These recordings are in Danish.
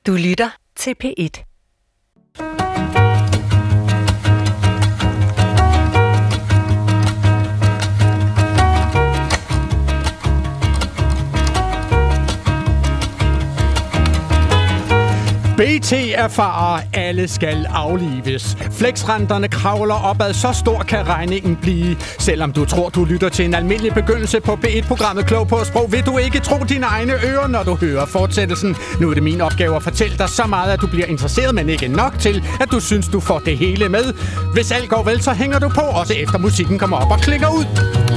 Du lytter til P1. BT erfarer, alle skal aflives. Flexrenterne kravler opad, så stor kan regningen blive. Selvom du tror, du lytter til en almindelig begyndelse på B1-programmet Klog på Sprog, vil du ikke tro dine egne ører, når du hører fortsættelsen. Nu er det min opgave at fortælle dig så meget, at du bliver interesseret, men ikke nok til, at du synes, du får det hele med. Hvis alt går vel, så hænger du på, også efter musikken kommer op og klikker ud.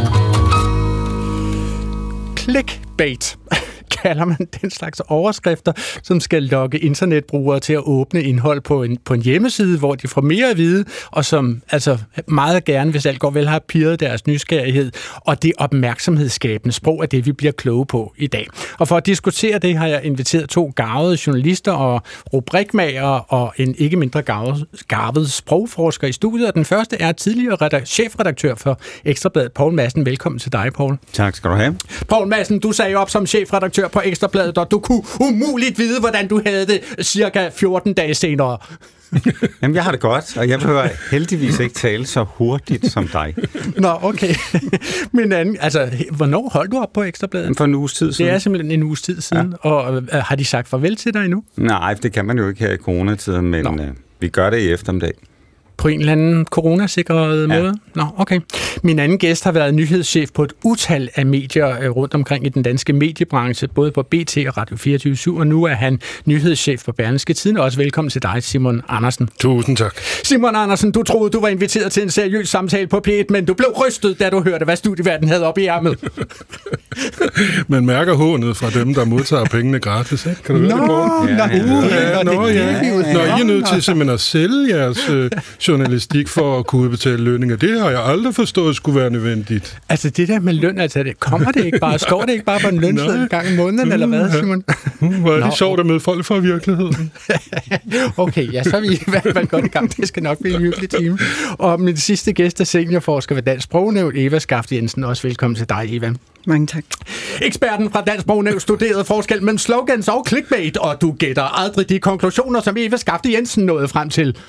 Clickbait kalder man den slags overskrifter, som skal lokke internetbrugere til at åbne indhold på en hjemmeside, hvor de får mere at vide, og som altså meget gerne, hvis alt går vel, har pirret deres nysgerrighed, og det opmærksomhedsskabende sprog er det, vi bliver kloge på i dag. Og for at diskutere det, har jeg inviteret 2 garvede journalister og rubrikmagere og en ikke mindre garvet sprogforsker i studiet, og den første er tidligere chefredaktør for Ekstra Bladet, Poul Madsen. Velkommen til dig, Poul. Tak skal du have. Poul Madsen, du sagde op som chefredaktør på Ekstra Bladet, og du kunne umuligt vide, hvordan du havde det cirka 14 dage senere. Jamen, jeg har det godt, og jeg behøver heldigvis ikke tale så hurtigt som dig. Nå, okay. Men hvornår holdt du op på Ekstra Bladet? For en uges tid siden. Det er simpelthen en uges tid siden, ja. Og har de sagt farvel til dig endnu? Nej, det kan man jo ikke her i coronatiden, men vi gør det i eftermiddag. På en eller anden coronasikret måde? Nå, okay. Min anden gæst har været nyhedschef på et utal af medier rundt omkring i den danske mediebranche, både på BT og Radio 24/7, og nu er han nyhedschef på Berlingske Tidende. Også velkommen til dig, Simon Andersen. Tusind tak. Simon Andersen, du troede, du var inviteret til en seriøs samtale på P1, men du blev rystet, da du hørte, hvad Studieverden havde op i ærmet. Man mærker hånet fra dem, der modtager pengene gratis, ikke? Kan du høre det, Poul? Når I er nødt til simpelthen at sælge jeres journalistik for at kunne udbetale lønninger. Det har jeg aldrig forstået skulle være nødvendigt. Altså det der med løn, altså kommer det ikke bare? Står det ikke bare på en lønseddel en gang i måneden, eller hvad, Simon? Hvor er det sjovt at møde folk fra virkeligheden. Okay, ja, så er vi i hvert fald godt i gang. Det skal nok blive en hyggelig time. Og min sidste gæst er seniorforsker ved Dansk Sprognævn, Eva Skafte Jensen. Også velkommen til dig, Eva. Mange tak. Eksperten fra Dansk Sprognævn studerede forskel mellem slogans og clickbait, og du gætter aldrig de konklusioner, som Eva Skafte Jensen nåede frem til.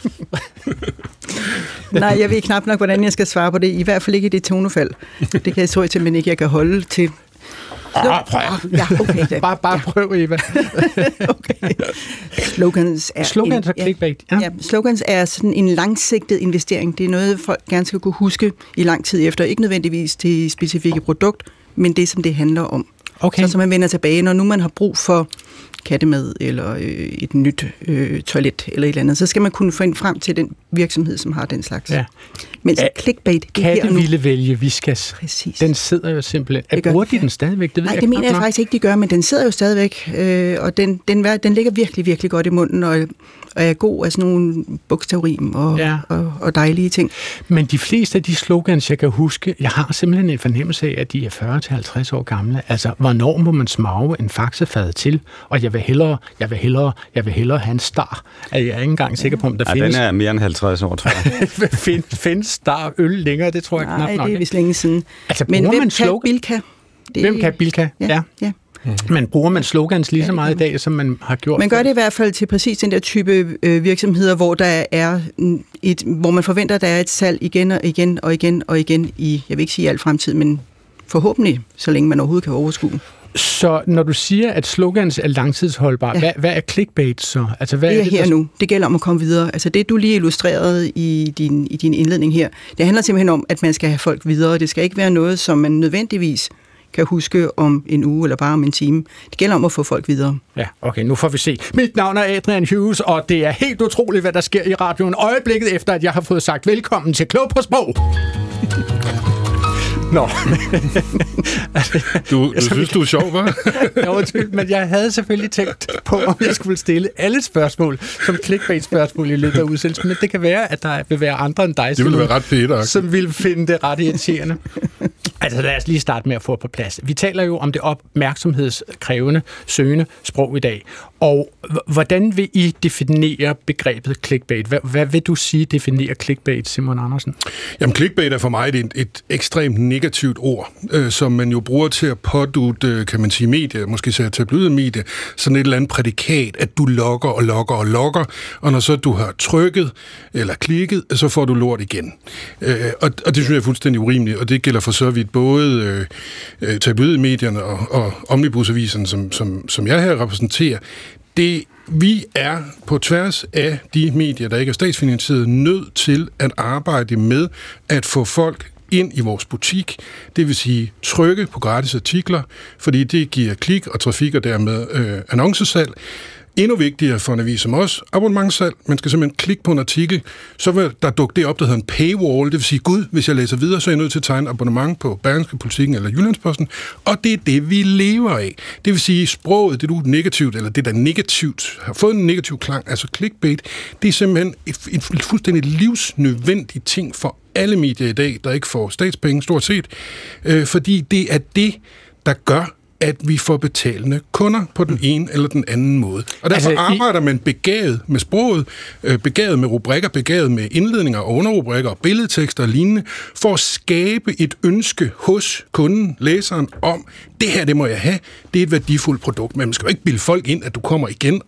Nej, jeg ved knap nok, hvordan jeg skal svare på det. I hvert fald ikke i det tonefald. Det kan jeg så til, men ikke jeg kan holde til. Prøv. Ja, okay. Bare prøv, Eva. Okay. Slogans og clickbait. Ja, slogans er sådan en langsigtet investering. Det er noget, folk gerne skal kunne huske i lang tid efter. Ikke nødvendigvis det specifikke produkt, men det, som det handler om. Okay. Så man vender tilbage, når nu man har brug for kattemad eller et nyt toilet eller et eller andet, så skal man kunne finde frem til den virksomhed, som har den slags. Ja. Mens clickbait, det her nu. Katte ville vælge Whiskas. Præcis. Den sidder jo simpelthen. Bruger de den stadigvæk? Det ved Nej, jeg det mener jeg faktisk ikke, de gør, men den sidder jo stadigvæk, og den ligger virkelig, virkelig godt i munden, og er god af sådan nogle bogstavrim og dejlige ting. Men de fleste af de slogans, jeg kan huske, jeg har simpelthen en fornemmelse af, at de er 40-50 år gamle. Altså, hvornår må man smage en faxefad til? Og jeg vil hellere have en star. Jeg er ikke engang sikker på, om der findes. Den er mere end 50 år, tror jeg. findes star øl længere? Det tror jeg knap nok. Nej, det er vist længe siden. Altså, men hvem kan Bilka? Hvem kan Bilka? Ja. Men bruger man slogans lige så meget i dag, som man har gjort? Man gør det i hvert fald til præcis den der type virksomheder, hvor der er hvor man forventer, at der er et salg igen og igen og igen og igen i, jeg vil ikke sige i al fremtid, men forhåbentlig, så længe man overhovedet kan overskue. Så når du siger, at slogans er langtidsholdbare, hvad er clickbait så? Altså, hvad det er her nu. Det gælder om at komme videre. Altså det, du lige illustrerede i din indledning her, det handler simpelthen om, at man skal have folk videre. Det skal ikke være noget, som man nødvendigvis kan huske om en uge eller bare om en time. Det gælder om at få folk videre. Ja, okay, nu får vi se. Mit navn er Adrian Hughes, og det er helt utroligt, hvad der sker i radioen øjeblikket efter, at jeg har fået sagt velkommen til Klog på Sprog. Nå. Du synes, du er sjov, hva'? Jo, undskyld, men jeg havde selvfølgelig tænkt på, om jeg skulle stille alle spørgsmål som clickbait-spørgsmål i løbet af udsendelsen, men det kan være, at der vil være andre end dig, det ville være ret Peter, som ville finde det ret irriterende. Altså lad os lige starte med at få på plads. Vi taler jo om det opmærksomhedskrævende, søgende sprog i dag. Og hvordan vil I definere begrebet clickbait? Hvad vil du sige definerer clickbait, Simon Andersen? Jamen clickbait er for mig et ekstremt negativt ord, som man jo bruger til at pådutte, kan man sige, medier, måske så tabloidmedier, sådan et eller andet prædikat, at du logger, og når så du har trykket eller klikket, så får du lort igen. Og det synes jeg er fuldstændig urimeligt, og det gælder for så vidt både tabloidmedierne og omnibusaviserne, som jeg her repræsenterer. Vi er på tværs af de medier, der ikke er statsfinansieret, nødt til at arbejde med at få folk ind i vores butik, det vil sige trykke på gratis artikler, fordi det giver klik og trafik og dermed annoncesalg. Endnu vigtigere for en avis som os, abonnementssalg. Man skal simpelthen klikke på en artikel, så vil der dukke det op, der hedder en paywall. Det vil sige, gud, hvis jeg læser videre, så er jeg nødt til at tegne abonnement på Berlingske Politikken eller Jyllandsposten. Og det er det, vi lever af. Det vil sige, sproget, det du negativt, eller det der negativt, har fået en negativ klang, altså clickbait, det er simpelthen et fuldstændig livsnødvendigt ting for alle medier i dag, der ikke får statspenge, stort set. Fordi det er det, der gør, at vi får betalende kunder på den ene eller den anden måde. Og derfor arbejder man begavet med sproget, begavet med rubrikker, begavet med indledninger og underrubrikker og billedtekster og lignende, for at skabe et ønske hos kunden, læseren, om, det her, det må jeg have, det er et værdifuldt produkt, men man skal jo ikke bilde folk ind, at du kommer igen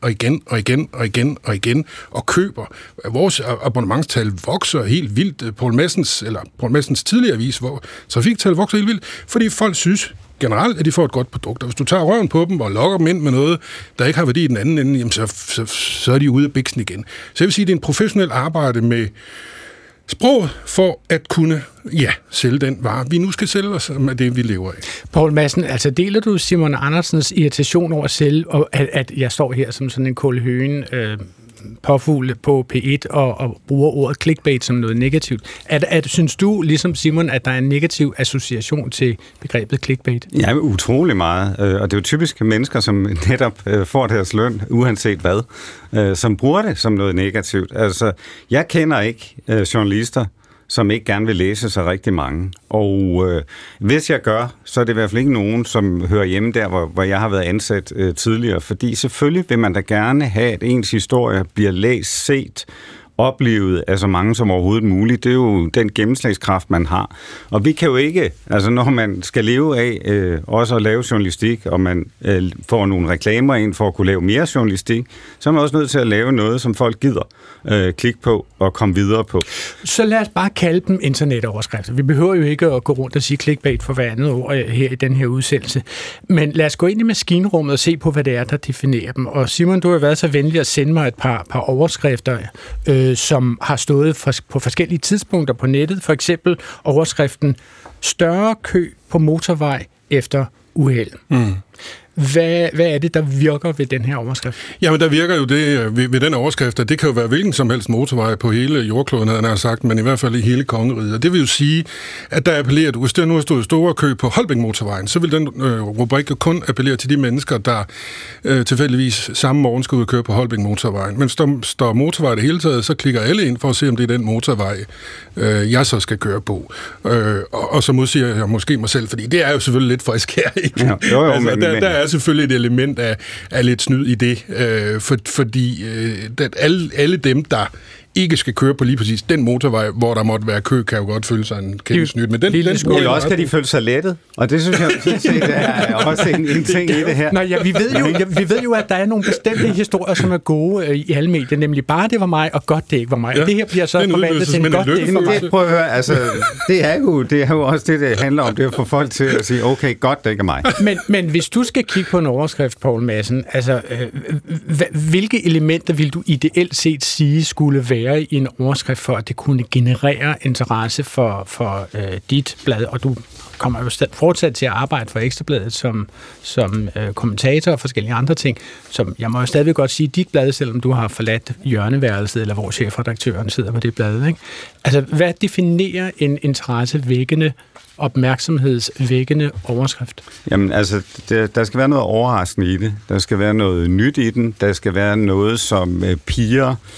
og køber. Vores abonnementstal vokser helt vildt. Poul Madsens tidligere avis, hvor trafiktal vokser helt vildt, fordi folk synes, generelt, at de får et godt produkt. Og hvis du tager røven på dem og lokker dem ind med noget, der ikke har værdi i den anden ende, jamen så er de ude af biksen igen. Så jeg vil sige, at det er en professionel arbejde med sproget for at kunne sælge den vare, vi nu skal sælge os med det, vi lever af. Poul Madsen, altså deler du Simon Andersens irritation over selv, og at jeg står her som sådan en Kål Høgen påfugle på P1 og bruger ordet clickbait som noget negativt. Synes du, ligesom Simon, at der er en negativ association til begrebet clickbait? Ja, utrolig meget. Og det er jo typisk mennesker, som netop får deres løn, uanset hvad, som bruger det som noget negativt. Altså, jeg kender ikke journalister, som ikke gerne vil læse så rigtig mange. Og hvis jeg gør, så er det i hvert fald ikke nogen, som hører hjemme der, hvor jeg har været ansat tidligere. Fordi selvfølgelig vil man da gerne have, at ens historie bliver læst, set, oplevet af så mange som overhovedet muligt. Det er jo den gennemslagskraft, man har. Og vi kan jo ikke, altså når man skal leve af også at lave journalistik, og man får nogle reklamer ind for at kunne lave mere journalistik, så er man også nødt til at lave noget, som folk gider klikke på og komme videre på. Så lad os bare kalde dem internetoverskrifter. Vi behøver jo ikke at gå rundt og sige clickbait for hver andet ord her i den her udsendelse. Men lad os gå ind i maskinrummet og se på, hvad det er, der definerer dem. Og Simon, du har været så venlig at sende mig et par overskrifter, som har stået på forskellige tidspunkter på nettet. For eksempel overskriften større kø på motorvej efter uheld. Hvad er det, der virker ved den her overskrift? Jamen, der virker jo det ved den overskrift, at det kan jo være hvilken som helst motorvej på hele jordkloden, havde han sagt, men i hvert fald i hele kongeriget. Og det vil jo sige, at der appellerer du, hvis der nu har stået store kø på Holbæk-motorvejen, så vil den rubrik kun appellere til de mennesker, der tilfældigvis samme morgen skal ud og køre på Holbæk-motorvejen. Men står motorvej det hele taget, så klikker alle ind for at se, om det er den motorvej, jeg så skal køre på. Og så modsiger jeg måske mig selv, fordi det er jo selvfølgelig lidt for skær, ikke? Ja, altså, der er selvfølgelig et element af lidt snyd i det, fordi alle dem, der ikke skal køre på lige præcis den motorvej, hvor der måtte være kø, kan jo godt føle sig en kæmpe snydt. Men den eller også kan de føle sig lettet, og det synes jeg er også en ting i det her. Nå, ja, vi ved jo, at der er nogle bestemte historier, som er gode i alle medier, nemlig bare det var mig, og godt det ikke var mig. Ja, og det her bliver så forvandlet til en godt det ikke var mig. Prøv at høre, altså, det er jo også det handler om, det er at få folk til at sige, okay, godt det ikke er mig. Men hvis du skal kigge på en overskrift, Poul Madsen, altså, hvilke elementer vil du ideelt set sige skulle være i en overskrift for, at det kunne generere interesse for dit blad, og du kommer jo fortsat til at arbejde for Ekstrabladet som kommentator og forskellige andre ting, som jeg må jo stadigvæk godt sige, dit blad, selvom du har forladt hjørneværelset, eller hvor chefredaktøren sidder på det blad, ikke? Altså, hvad definerer en interessevækkende, opmærksomhedsvækkende overskrift? Jamen, altså, der skal være noget overraskende i det. Der skal være noget nyt i den. Der skal være noget, som piger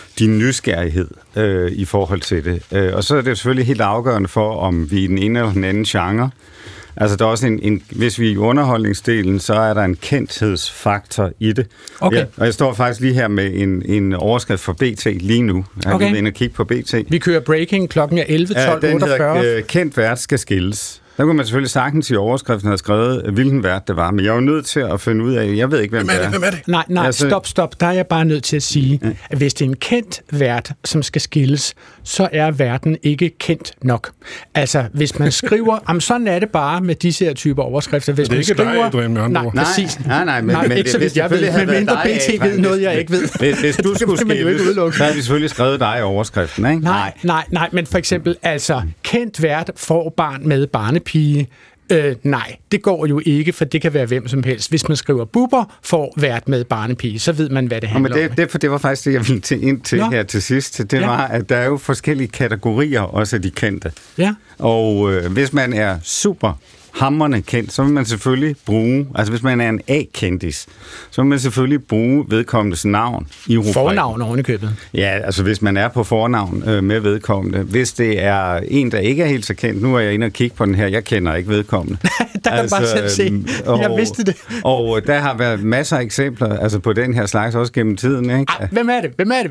din nysgerrighed i forhold til det. Og så er det selvfølgelig helt afgørende for, om vi er i den ene eller den anden genre. Altså, der er også hvis vi er i underholdningsdelen, så er der en kendthedsfaktor i det. Okay. Ja, og jeg står faktisk lige her med en overskrift for BT lige nu. Jeg er lige inde og kigge på BT. Vi kører breaking, klokken er 11:12:48. Den hedder, kendt vært skal skilles. Der kunne man selvfølgelig sagtens i overskriften have skrevet, hvilken vært det var, men jeg er jo nødt til at finde ud af, jeg ved ikke, hvem det er. Hvem er det? Nej, altså, stop. Der er jeg bare nødt til at sige, at hvis det er en kendt vært, som skal skilles, så er verden ikke kendt nok. Altså, hvis man skriver, sådan er det bare med disse her typer overskrifter. Hvis det er man ikke skriver, dig, Adrian, med andre ord. Men ikke så vidt jeg ved, men mindre BT ved noget, jeg ikke ved. Hvis du skulle skilles, så har vi selvfølgelig skrevet dig i overskriften, ikke? Nej, men for eksempel, altså, kendt vært får barn med barnepige. Nej, det går jo ikke, for det kan være hvem som helst. Hvis man skriver Bubber får vært med barnepige, så ved man, hvad det handler om. Det var faktisk det, jeg ville ind til her til sidst. Det var, at der er jo forskellige kategorier, også af de kendte. Ja. Og hvis man er super hamrende kendt, så vil man selvfølgelig bruge, altså hvis man er en A-kendis, så vil man selvfølgelig bruge vedkommendes navn i rubrikken. Fornavn ovenikøbet. Ja, altså hvis man er på fornavn med vedkommende. Hvis det er en, der ikke er helt så kendt, nu er jeg inde og kigge på den her, jeg kender ikke vedkommende. Der kan du bare selv se. Jeg vidste det. Og der har været masser af eksempler altså på den her slags, også gennem tiden. Ikke? Hvem er det? Hvem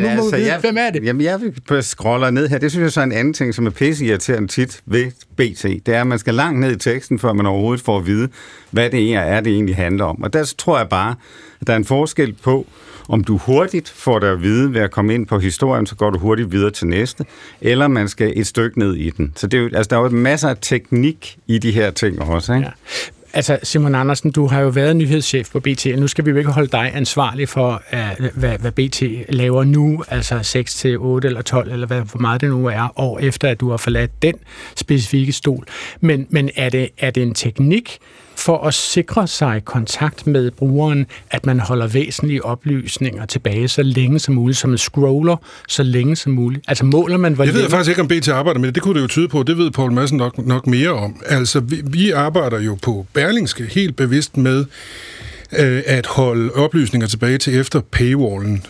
er det? Jamen, jeg scroller ned her. Det synes jeg så er en anden ting, som er pisseirriterende tit ved BT. Det er, at man skal langt ned i teksten, før man overhovedet får at vide, hvad det er, det egentlig handler om. Og der tror jeg bare, at der er en forskel på, om du hurtigt får dig at vide ved at komme ind på historien, så går du hurtigt videre til næste, eller man skal et stykke ned i den. Så det er jo, altså, der er jo masser af teknik i de her ting også, ikke? Ja. Altså, Simon Andersen, du har jo været nyhedschef på BT, og nu skal vi jo ikke holde dig ansvarlig for, hvad BT laver nu, altså 6 til 8 eller 12, eller hvor meget det nu er, år efter, at du har forladt den specifikke stol. Men er det en teknik for at sikre sig kontakt med brugeren, at man holder væsentlige oplysninger tilbage så længe som muligt, så man scroller så længe som muligt? Altså måler man, hvor det ved jeg faktisk ikke, om BT arbejder med det. Det kunne det jo tyde på. Det ved Poul Madsen nok mere om. Altså, vi arbejder jo på Berlingske helt bevidst med at holde oplysninger tilbage til efter paywallen.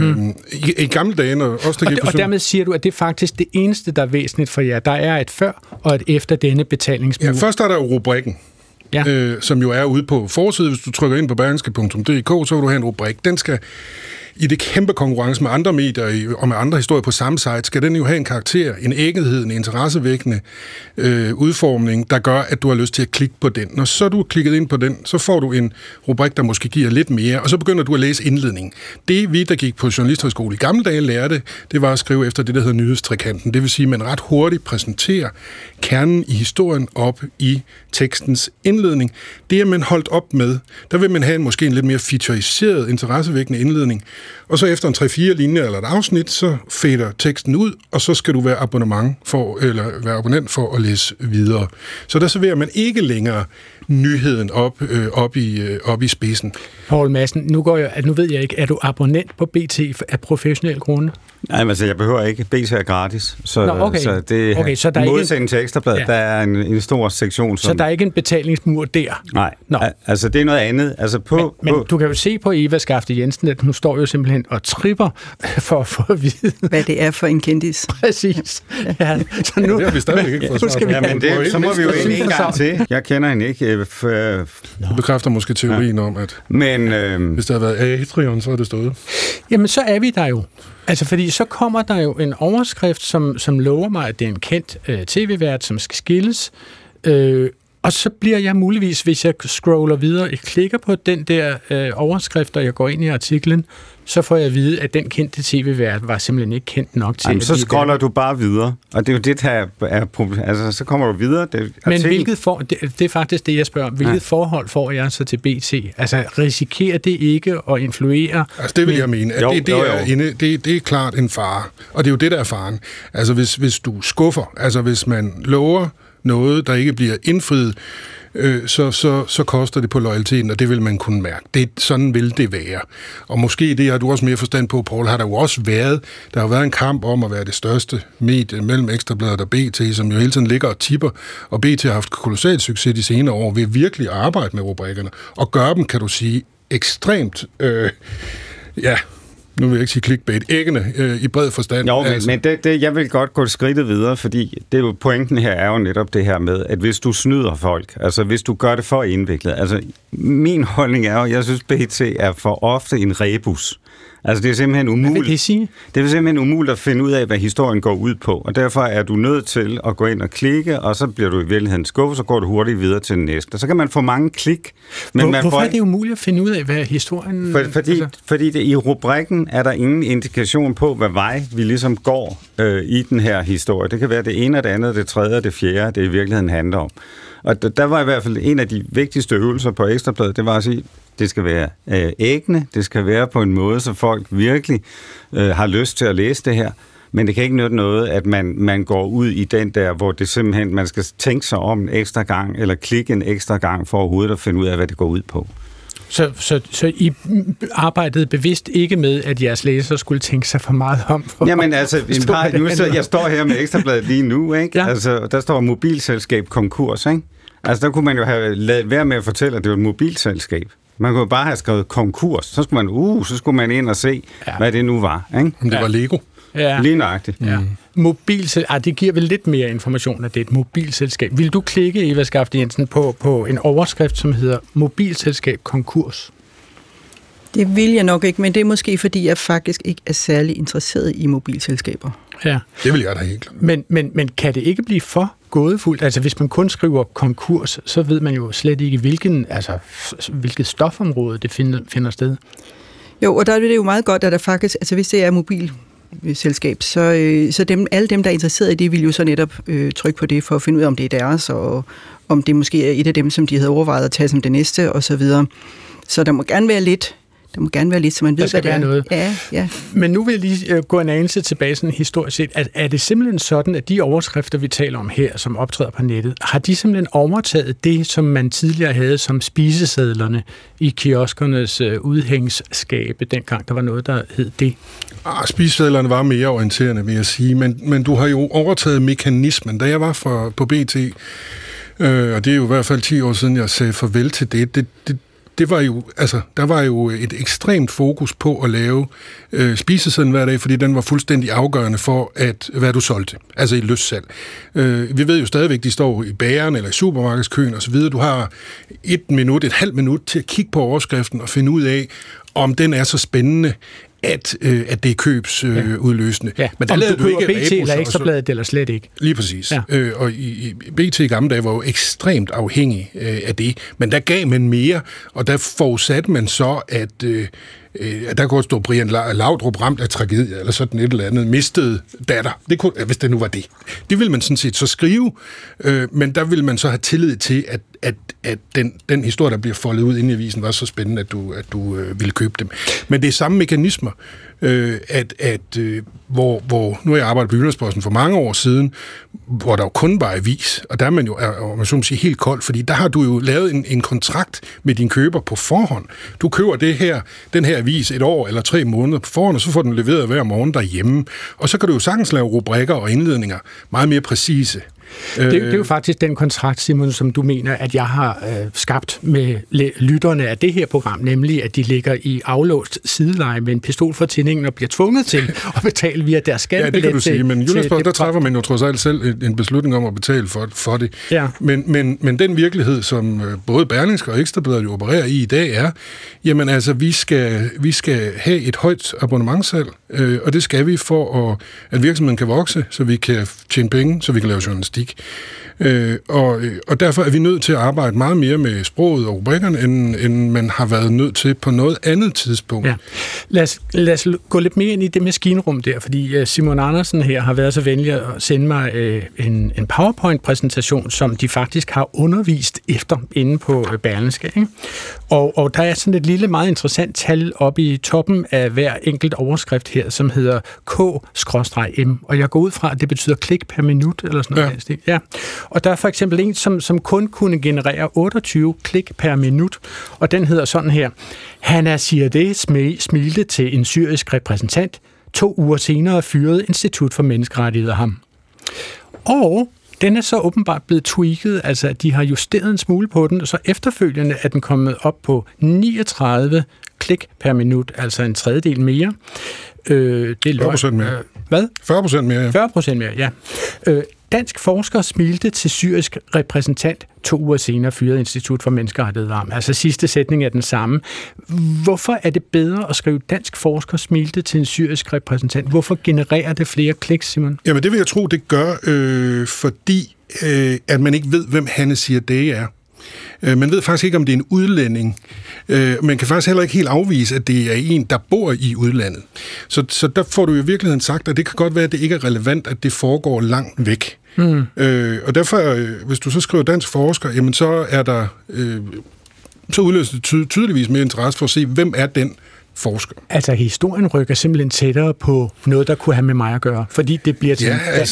I gamle dage, også der og dermed siger du, at det er faktisk det eneste, der er væsentligt for jer. Der er et før og et efter denne betalingsmur. Ja, først er der jo rubrikken. Ja. Som jo er ude på forsiden. Hvis du trykker ind på berlingske.dk, så vil du have en rubrik. Den skal i det kæmpe konkurrence med andre medier og med andre historier på samme site, skal den jo have en karakter, en æggethed, en interessevækkende udformning, der gør, at du har lyst til at klikke på den. Når så du er klikket ind på den, så får du en rubrik, der måske giver lidt mere, og så begynder du at læse indledningen. Det vi, der gik på journalisthøjskole i gamle dage, lærte, det var at skrive efter det, der hedder nyhedstrikanten. Det vil sige, at man ret hurtigt præsenterer kernen i historien op i tekstens indledning. Det er man holdt op med. Der vil man have måske en lidt mere featureiseret, interessevækkende indledning, og så efter en 3-4 linjer eller et afsnit, så fader teksten ud, og så skal du være abonnent for at læse videre. Så der serverer man ikke længere nyheden op i spidsen. Poul Madsen, nu ved jeg ikke, er du abonnent på BT af professionelle grunde? Nej, men altså, jeg behøver ikke. BT er gratis. Så, okay. Så det så der er modsætning til Ekstrabladet, der er en stor sektion. Så der er ikke en betalingsmur der? Nej, altså det er noget andet. Altså, men du kan jo se på Eva Skafte Jensen, at hun står jo simpelthen og tripper for at få at vide. Hvad det er for en kendis. Præcis. Ja, så nu, det har vi stadigvæk ikke fået svar. Så må vi jo en gang til. Jeg kender hende ikke. Du bekræfter måske teorien om, at hvis der havde været Adrian, så er det stået. Jamen, så er vi der jo. Altså, fordi så kommer der jo en overskrift, som lover mig, at det er en kendt tv-vært, som skal skilles. Og så bliver jeg muligvis, hvis jeg scroller videre, jeg klikker på den der overskrift, og jeg går ind i artiklen, så får jeg at vide, at den kendte tv-vært var simpelthen ikke kendt nok til. Jamen, så scroller du bare videre, og det er jo det, der er problemet. Altså, så kommer du videre. Men det er faktisk det, jeg spørger. Hvilket forhold får jeg så til BT? Altså, risikerer det ikke at influere? Altså, det vil jeg mene. At det er klart en fare. Og det er jo det, der er faren. Altså, hvis du skuffer, altså hvis man lover noget, der ikke bliver indfriet, så koster det på loyaliteten, og det vil man kunne mærke. Sådan vil det være. Og måske det har du også mere forstand på, Poul, har der jo også været. Der har været en kamp om at være det største medie mellem Ekstrabladet og BT, som jo hele tiden ligger og tipper, og BT har haft kolossal succes de senere år ved virkelig at arbejde med rubrikkerne, og gøre dem, kan du sige, ekstremt nu vil jeg ikke sige clickbait, æggene i bred forstand. Jo, men jeg vil godt gå skridtet videre, fordi det er jo, pointen her er jo netop det her med, at hvis du snyder folk, altså hvis du gør det for indviklet, altså min holdning er jo, jeg synes, BT er for ofte en rebus. Altså det er simpelthen umuligt. Hvad vil det sige? Det er simpelthen umuligt at finde ud af, hvad historien går ud på, og derfor er du nødt til at gå ind og klikke, og så bliver du i virkeligheden skuffet, så går du hurtigt videre til den næste. Så kan man få mange klik. Men hvorfor er det umuligt at finde ud af, hvad historien... Fordi det, i rubrikken er der ingen indikation på, hvad vej vi ligesom går i den her historie. Det kan være det ene og det andet, det tredje og det fjerde, det i virkeligheden handler om. Og der var i hvert fald en af de vigtigste øvelser på Ekstrabladet, det var at sige, det skal være æggende, det skal være på en måde, så folk virkelig har lyst til at læse det her. Men det kan ikke nytte noget, at man går ud i den der, hvor det simpelthen, man skal tænke sig om en ekstra gang, eller klikke en ekstra gang for overhovedet at finde ud af, hvad det går ud på. Så I arbejdede bevidst ikke med, at jeres læsere skulle tænke sig for meget om? Jamen altså, jeg står her med Ekstrabladet lige nu, ikke? Ja. Altså, der står mobilselskab konkurs, ikke? Altså, der kunne man jo have ladet være med at fortælle, at det var et mobilselskab. Man kunne jo bare have skrevet konkurs. Så skulle man ind og se, hvad det nu var, ikke? Om det var Lego. Ja. Lige nøjagtigt. Ja. Det giver vel lidt mere information, at det er et mobilselskab. Vil du klikke, Eva Skafte Jensen, på en overskrift, som hedder mobilselskab konkurs? Det vil jeg nok ikke, men det er måske, fordi jeg faktisk ikke er særlig interesseret i mobilselskaber. Ja. Det vil jeg da helt. Men kan det ikke blive for gådefuldt? Altså, hvis man kun skriver konkurs, så ved man jo slet ikke, hvilket stofområde det finder sted. Jo, og der er det jo meget godt, at der faktisk, altså hvis det er mobilselskab, så alle dem, der er interesseret i det, vil jo så netop trykke på det for at finde ud af, om det er deres, og om det måske er et af dem, som de havde overvejet at tage som det næste, og så videre. Så der må gerne være lidt, så man ved, hvad det er. Noget. Ja. Men nu vil jeg lige gå en anelse tilbage sådan historisk set. Er det simpelthen sådan, at de overskrifter, vi taler om her, som optræder på nettet, har de simpelthen overtaget det, som man tidligere havde som spisesedlerne i kioskernes udhængsskabe, dengang der var noget, der hed det? Spisesedlerne var mere orienterende, vil jeg sige, men du har jo overtaget mekanismen. Da jeg var på BT, og det er jo i hvert fald 10 år siden, jeg sagde farvel til det var jo, altså, der var jo et ekstremt fokus på at lave spisesedlen hver dag, fordi den var fuldstændig afgørende for, hvad du solgte, altså i lystsalg. Vi ved jo stadigvæk, de står i bageren eller i supermarkedskøen og så videre. Du har et halvt minut til at kigge på overskriften og finde ud af, om den er så spændende, at det er købsudløsende. Ja. Men der lavede du ikke BT eller Ekstrabladet eller slet ikke. Lige præcis. Ja. Og i BT i gamle dage var jo ekstremt afhængig af det. Men der gav man mere, og der forudsatte man så, at der kunne stå Brian Laudrup ramt af tragedie, eller sådan et eller andet, mistede datter. Det kunne, hvis det nu var det. Det ville man sådan set så skrive, men der ville man så have tillid til, at den historie, der bliver foldet ud inde i avisen, var så spændende, at du ville købe dem. Men det er samme mekanismer, hvor nu har jeg arbejdet på Jyllandsposten for mange år siden, hvor der jo kun var avis, og der er man jo, man så må sige, helt kold, fordi der har du jo lavet en kontrakt med din køber på forhånd. Du køber den her avis 1 år eller 3 måneder på forhånd, og så får den leveret hver morgen derhjemme. Og så kan du jo sagtens lave rubrikker og indledninger meget mere præcise. Det er jo faktisk den kontrakt, Simon, som du mener, at jeg har skabt med lytterne af det her program, nemlig at de ligger i aflåst sideleje med en pistol for tændingen og bliver tvunget til at betale via deres skattebillet. Ja, det kan du sige, men Jyllandsposten, der træffer man jo trods alt selv en beslutning om at betale for det. Ja. Men den virkelighed, som både Berlingske og Ekstrabladet jo opererer i dag, er, jamen altså, vi skal have et højt abonnementssalg, og det skal vi for, at virksomheden kan vokse, så vi kan tjene penge, så vi kan lave journalistik. Og derfor er vi nødt til at arbejde meget mere med sproget og rubrikkerne, end man har været nødt til på noget andet tidspunkt. Ja. Lad os gå lidt mere ind i det maskinrum der, fordi Simon Andersen her har været så venlig at sende mig en PowerPoint-præsentation, som de faktisk har undervist efter inde på Berlingske. Ikke? Og der er sådan et lille, meget interessant tal oppe i toppen af hver enkelt overskrift her, som hedder K-M, og jeg går ud fra, at det betyder klik per minut, eller sådan noget. Ja. Ja. Og der er for eksempel en, som kun kunne generere 28 klik per minut, og den hedder sådan her: Hanna siger det, smilte til en syrisk repræsentant. 2 uger senere fyrede Institut for Menneskerettigheder ham. Og den er så åbenbart blevet tweaked, altså at de har justeret en smule på den, og så efterfølgende er den kommet op på 39 klik per minut, altså en tredjedel mere. Det er 40% mere. Hvad? 40% mere, ja. 40% mere, ja. Dansk forsker smilte til syrisk repræsentant 2 uger senere fyrede Institut for Menneskerettigheder om. Altså sidste sætning er den samme. Hvorfor er det bedre at skrive dansk forsker smilte til en syrisk repræsentant? Hvorfor genererer det flere kliks, Simon? Jamen det vil jeg tro, det gør, fordi at man ikke ved, hvem Hanne siger det er. Man ved faktisk ikke, om det er en udlænding. Man kan faktisk heller ikke helt afvise, at det er en, der bor i udlandet. Så der får du i virkeligheden sagt, at det kan godt være, at det ikke er relevant, at det foregår langt væk. Og derfor, hvis du så skriver dansk forsker, jamen så er der så udløser det tydeligvis mere interesse for at se, hvem er den forsker. Altså historien rykker simpelthen tættere på noget, der kunne have med mig at gøre, fordi det bliver til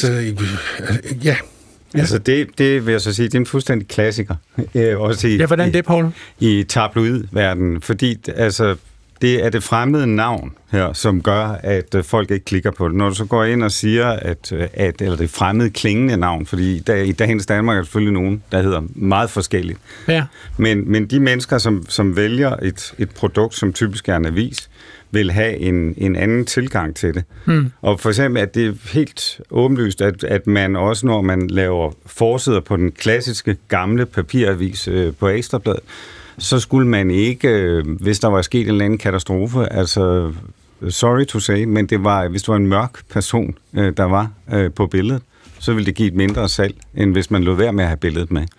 ja. Altså det vil jeg så sige, det er en fuldstændig klassiker. Også hvordan det, Paul? I tabloidverdenen, fordi altså, det er det fremmede navn her, som gør, at folk ikke klikker på det. Når du så går ind og siger, eller det fremmede klingende navn, fordi i dagens Danmark er der selvfølgelig nogen, der hedder meget forskelligt. Ja. Men de mennesker, som vælger et produkt, som typisk er en avis, vil have en anden tilgang til det. Og for eksempel at det er helt åbenlyst, at man også, når man laver forsider på den klassiske gamle papiravis på Ekstrabladet, så skulle man ikke, hvis der var sket en eller anden katastrofe, altså sorry to say, men det var, hvis det var en mørk person, der var på billedet, så ville det give et mindre salg, end hvis man lod være med at have billedet med.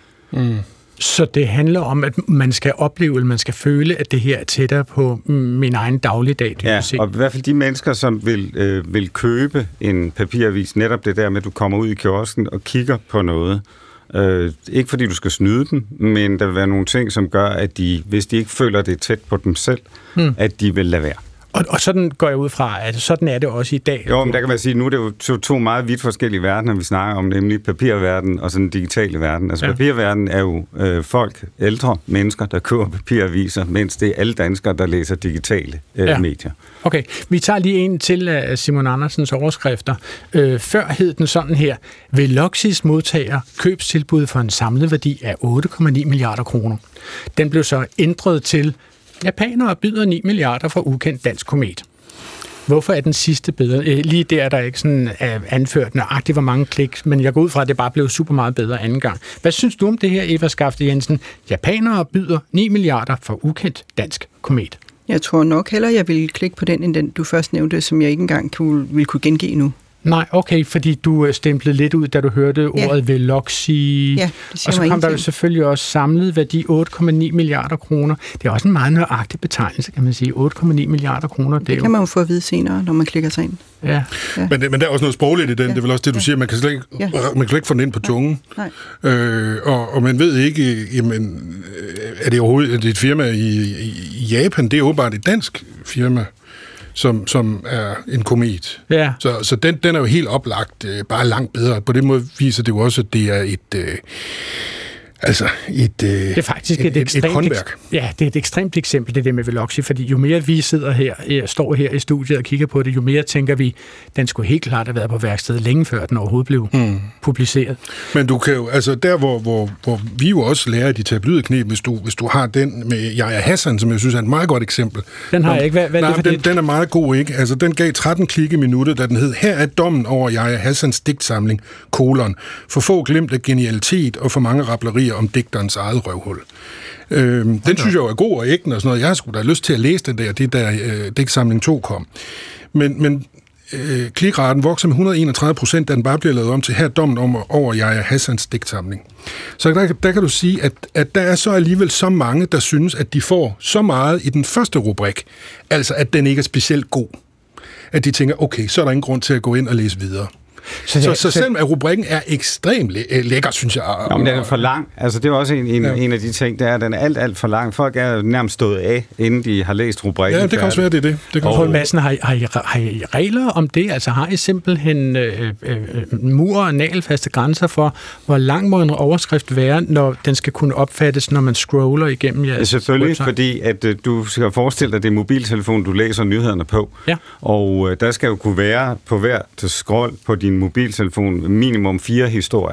Så det handler om, at man skal opleve, eller man skal føle, at det her er tættere på min egen dagligdag. Ja, og i hvert fald de mennesker, som vil købe en papiravis, netop det der med, at du kommer ud i kiosken og kigger på noget. Ikke fordi du skal snyde dem, men der vil være nogle ting, som gør, at de, hvis de ikke føler det tæt på dem selv, at de vil lade være. Og sådan går jeg ud fra, at sådan er det også i dag. Jo, men der kan man sige, nu er det jo to meget vidt forskellige verdener, vi snakker om, nemlig papirverden og sådan den digitale verden. Altså papirverden er jo folk, ældre mennesker, der køber papiraviser, mens det er alle danskere, der læser digitale medier. Okay, vi tager lige en til af Simon Andersens overskrifter. Før hed den sådan her: Veloxis modtager købstilbud for en samlet værdi af 8,9 milliarder kroner. Den blev så ændret til: Japanere byder 9 milliarder for ukendt dansk komet. Hvorfor er den sidste bedre? Lige der er der ikke sådan anført nøjagtigt, hvor mange kliks, men jeg går ud fra, at det bare blev super meget bedre anden gang. Hvad synes du om det her, Eva Skafte Jensen? Japanere byder 9 milliarder for ukendt dansk komet. Jeg tror nok hellere, jeg vil klikke på den, end den du først nævnte, som jeg ikke engang ville kunne gengive nu. Nej, okay, fordi du stemplede lidt ud, da du hørte ordet Veloxi. Ja, og så kom der jo selvfølgelig også samlet værdi 8,9 milliarder kroner. Det er også en meget nøjagtig betegnelse, kan man sige. 8,9 milliarder kroner. Det kan man jo få at vide senere, når man klikker sig ind. Ja. Men der er også noget sprogligt i den. Det er vel også det, du siger. Man kan slet ikke få den ind på tungen. Nej. Og man ved ikke, jamen, er det overhovedet et firma i Japan? Det er åbenbart et dansk firma, som er en komet. Ja. Så den er jo helt oplagt, bare langt bedre. På den måde viser det jo også, at det er det er faktisk et håndværk. Ja, det er et ekstremt eksempel, det der med Veloxi, fordi jo mere vi står her i studiet og kigger på det, jo mere tænker vi, den skulle helt klart have været på værkstedet længe før den overhovedet blev publiceret. Men du kan jo, altså der hvor vi jo også lærer de tabloide knep, hvis du har den med Yahya Hassan, som jeg synes er et meget godt eksempel. Den har jeg ikke. Hvad er det for det? Den er meget god, ikke? Altså den gav 13 klik i minuttet, da den hed: Her er dommen over Yahya Hassans digtsamling, : For få glimt af genialitet og for mange rablerier om digterens eget røvhul. Den synes jeg jo er god og ægten og sådan noget. Jeg har sgu da lyst til at læse den der digtsamling 2 kom. Men klikraten vokser med 131%, da den bare bliver lavet om til: Her dommen over Yahya Hassans digtsamling. Så der kan du sige, at der er så alligevel så mange, der synes, at de får så meget i den første rubrik, altså at den ikke er specielt god, at de tænker, okay, så er der ingen grund til at gå ind og læse videre. Så selvom at rubrikken er ekstremt lækker, synes jeg. Ja, men den er for lang. Altså, det er også en af de ting, der er, den er alt for lang. Folk er nærmest stået af, inden de har læst rubrikken. Ja, det kan også være, det. Poul Madsen, har I regler om det? Altså, har I simpelthen mur og nagelfaste grænser for, hvor lang må en overskrift være, når den skal kunne opfattes, når man scroller igennem jeres selvfølgelig, website? Fordi at du skal forestille dig, at det er mobiltelefon, du læser nyhederne på. Ja. Og der skal jo kunne være på hver scroll på din mobiltelefon minimum 4 historier.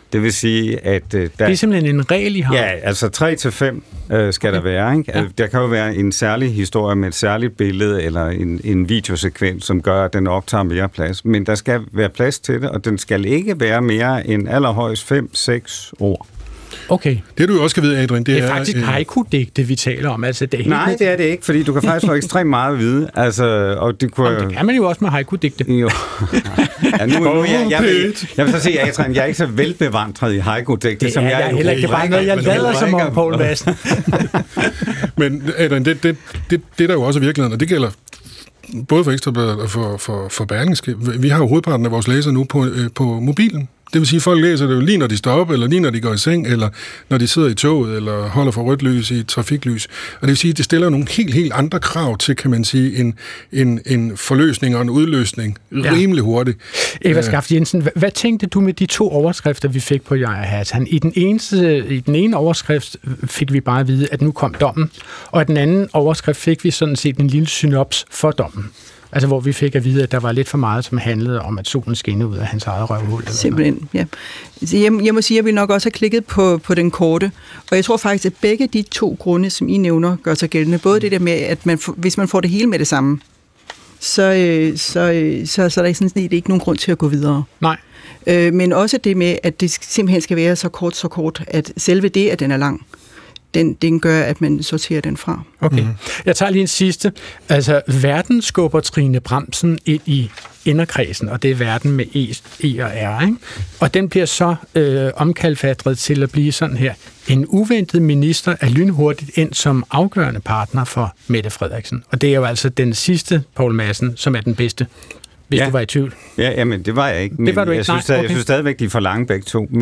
Det vil sige, at... det er simpelthen en regel, I har? Ja, altså 3-5 skal der være, ikke? Ja. Der kan jo være en særlig historie med et særligt billede eller en videosekvens, som gør, at den optager mere plads. Men der skal være plads til det, og den skal ikke være mere end allerhøjst 5-6 ord. Okay. Det du jo også skal vide, Adrian, det er faktisk haiku-digte, vi taler om. Altså, det er nej, det er det ikke, fordi du kan faktisk få ekstremt meget at vide. Altså, og det kan man jo også med haiku-digte. Jo. Ja, jeg vil så sige, Adrian, jeg er ikke så velbevandret i haiku-digte, som jeg er. Heller ikke. Det er bare noget, jeg lader som om, Poul Madsen. Men Adrian, det der jo også er virkeligheden, og det gælder både for Ekstrabladet og for Berlingske. Vi har jo hovedparten af vores læsere nu på mobilen. Det vil sige, at folk læser det jo lige når de står op, eller lige når de går i seng, eller når de sidder i toget, eller holder for rødt lys i et trafiklys. Og det vil sige, at det stiller nogle helt andre krav til, kan man sige, en forløsning og en udløsning rimelig hurtigt. Eva Skaft Jensen, hvad tænkte du med de 2 overskrifter, vi fik på Jeg og Hassan? I den ene overskrift fik vi bare at vide, at nu kom dommen, og i den anden overskrift fik vi sådan set en lille synops for dommen. Altså, hvor vi fik at vide, at der var lidt for meget, som handlede om, at solen skinnede ud af hans eget røvhul. Simpelthen, ja. Jeg må sige, at vi nok også har klikket på den korte, og jeg tror faktisk, at begge de 2 grunde, som I nævner, gør sig gældende. Både det der med, at hvis man får det hele med det samme, så er der sådan set ikke nogen grund til at gå videre. Nej. Men også det med, at det simpelthen skal være så kort, at selve det, at den er lang, den gør, at man sorterer den fra. Okay. Jeg tager lige en sidste. Altså, verden skubber Trine Bramsen ind i inderkredsen, og det er verden med E og R, ikke? Og den bliver så omkalfatret til at blive sådan her. En uventet minister er lynhurtigt ind som afgørende partner for Mette Frederiksen. Og det er jo altså den sidste, Poul Madsen, som er den bedste. Hvis du var i tvivl. Ja, men det var jeg ikke. Men det var du ikke. Jeg synes stadigvæk, de er for lange begge 2.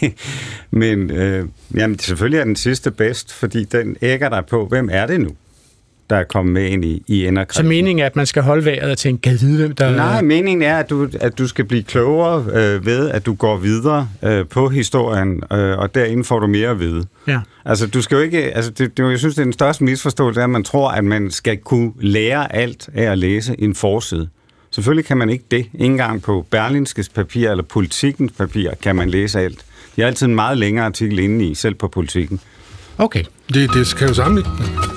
Men selvfølgelig er den sidste bedst, fordi den ægger dig på, hvem er det nu, der er kommet med ind i inderkredsen. Så meningen er, at man skal holde vejret og tænke, kan jeg vide, hvem der... Nej, meningen er, at du skal blive klogere ved, at du går videre på historien, og derinde får du mere at vide. Ja. Altså, du skal jo ikke... Altså, jeg synes, det er den største misforståelse, at man tror, at man skal kunne lære alt af at læse en forside. Selvfølgelig kan man ikke det. Ikke engang på Berlingskes papir eller Politikens papir kan man læse alt. De har altid en meget længere artikel inde i, selv på Politiken. Okay. Det skal jo sammenligne.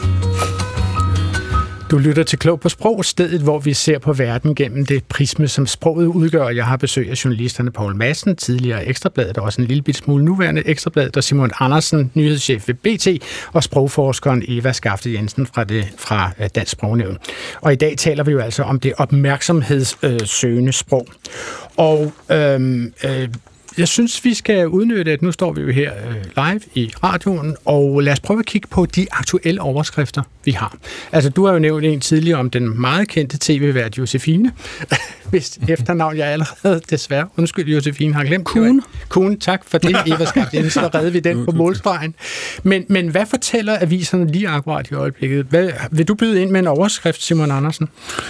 Du lytter til Klog på Sprog, stedet hvor vi ser på verden gennem det prisme, som sproget udgør. Jeg har besøg af journalisterne Poul Madsen, tidligere Ekstrabladet, og også en lille bit smule nuværende Ekstrabladet, og Simon Andersen, nyhedschef ved BT, og sprogforskeren Eva Skafte Jensen fra Dansk Sprognævn. Og i dag taler vi jo altså om det opmærksomhedssøgende sprog. Og jeg synes, vi skal udnytte, at nu står vi jo her live i radioen, og lad os prøve at kigge på de aktuelle overskrifter, vi har. Altså, du har jo nævnt en tidligere om den meget kendte tv-vært Josefine, hvis efternavn jeg allerede desværre, undskyld Josefine, har glemt. Kuhn, tak for det, Eva Skaft Jensen, så redde vi den på målstregen. Men hvad fortæller aviserne lige akkurat i øjeblikket? Vil du byde ind med en overskrift, Simon Andersen?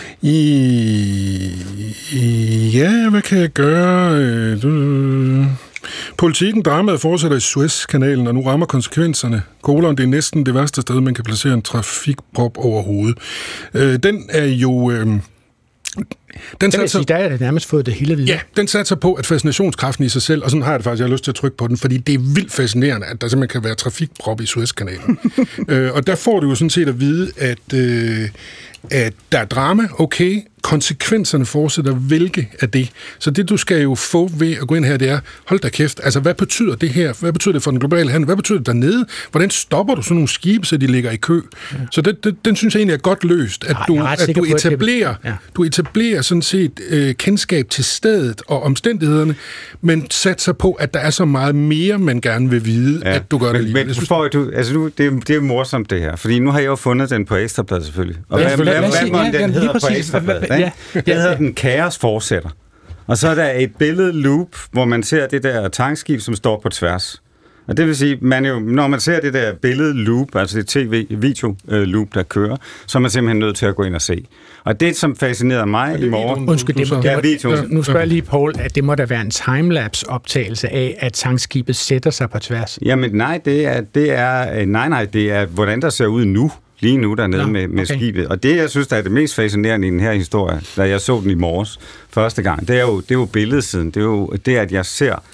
Ja, hvad kan jeg gøre? Politikken, dramaet fortsætter i Suezkanalen, og nu rammer konsekvenserne. Det er næsten det værste sted, man kan placere en trafikprop overhovedet. Den er jo... Der er det nærmest fået det hele videre. Ja, den satser på, at fascinationskraften i sig selv, og sådan har jeg det faktisk, jeg har lyst til at trykke på den, fordi det er vildt fascinerende, at der simpelthen kan være trafikprop i Suezkanalen. Og der får du jo sådan set at vide, at der er drama, okay, konsekvenserne fortsætter, hvilke af det. Så det, du skal jo få ved at gå ind her, det er, hold da kæft, altså hvad betyder det her? Hvad betyder det for den globale handel? Hvad betyder det dernede? Hvordan stopper du sådan nogle skibe, så de ligger i kø? Ja. Så den synes jeg egentlig er godt løst, at du etablerer sådan set kendskab til stedet og omstændighederne, men satser på, at der er så meget mere, man gerne vil vide, at du gør det alligevel. Men det er morsomt det her, fordi nu har jeg jo fundet den på Ekstrabladet selvfølgelig. Og hvad den hedder på Ekstrabladet? Den hedder den Kaos fortsætter. Og så er der et billede-loop, hvor man ser det der tankskib, som står på tværs. Og det vil sige, når man ser det der billede-loop, altså det tv-video-loop, der kører, så er man simpelthen nødt til at gå ind og se. Og det, som fascinerede mig i morgen... Undskyld, nu spørger jeg lige, Poul, at det må da være en timelapse-optagelse af, at tankskibet sætter sig på tværs. Jamen nej, det er, hvordan der ser ud nu. Lige nu dernede med skibet. Og det, jeg synes, der er det mest fascinerende i den her historie, da jeg så den i morges første gang, det er jo billedsiden. Det er jo det, at jeg ser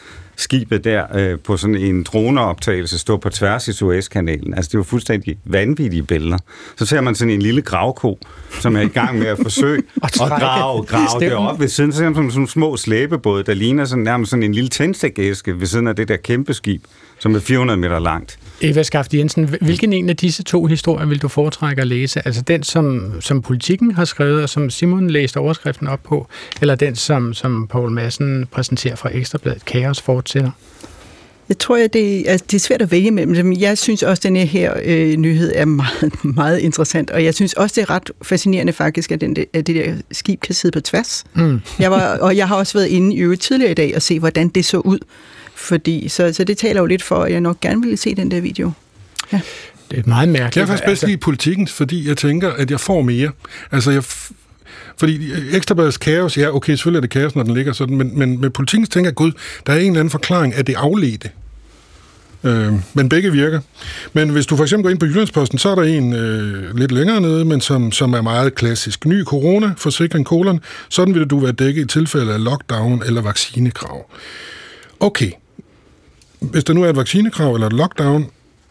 skibet der på sådan en droneoptagelse stå på tværs i Suezkanalen. Altså, det var fuldstændig vanvittige billeder. Så ser man sådan en lille gravko, som er i gang med at forsøge at grave det op ved siden. Så ser man sådan nogle små slæbebåde, der ligner sådan, nærmest sådan en lille tændstikæske ved siden af det der kæmpe skib, som er 400 meter langt. Eva Skafte Jensen, hvilken en af disse to historier vil du foretrække at læse? Altså den, som Politikken har skrevet, og som Simon læste overskriften op på, eller den, som Poul Madsen præsenterer fra Ekstrabladet, Kaos fortsætter? Jeg tror, det er svært at vælge mellem dem. Jeg synes også, at denne her nyhed er meget, meget interessant, og jeg synes også, det er ret fascinerende faktisk, at det der skib kan sidde på tværs. Jeg har også været inde i øvrigt tidligere i dag og se, hvordan det så ud. Så det taler jo lidt for, at jeg nok gerne ville se den der video. Ja. Det er meget mærkeligt. Jeg er faktisk bedst lide Politikken, fordi jeg tænker, at jeg får mere. Altså, fordi Ekstrabladets kaos, ja, okay, selvfølgelig er det kaos, når den ligger sådan, men med Politikken tænker jeg, gud, der er en eller anden forklaring, at det afledte. Men begge virker. Men hvis du for eksempel går ind på Jyllandsposten, så er der en lidt længere nede, men som er meget klassisk. Ny corona-forsikring, sådan vil du være dækket i tilfælde af lockdown eller vaccinekrav. Okay, hvis der nu er et vaccinekrav eller et lockdown,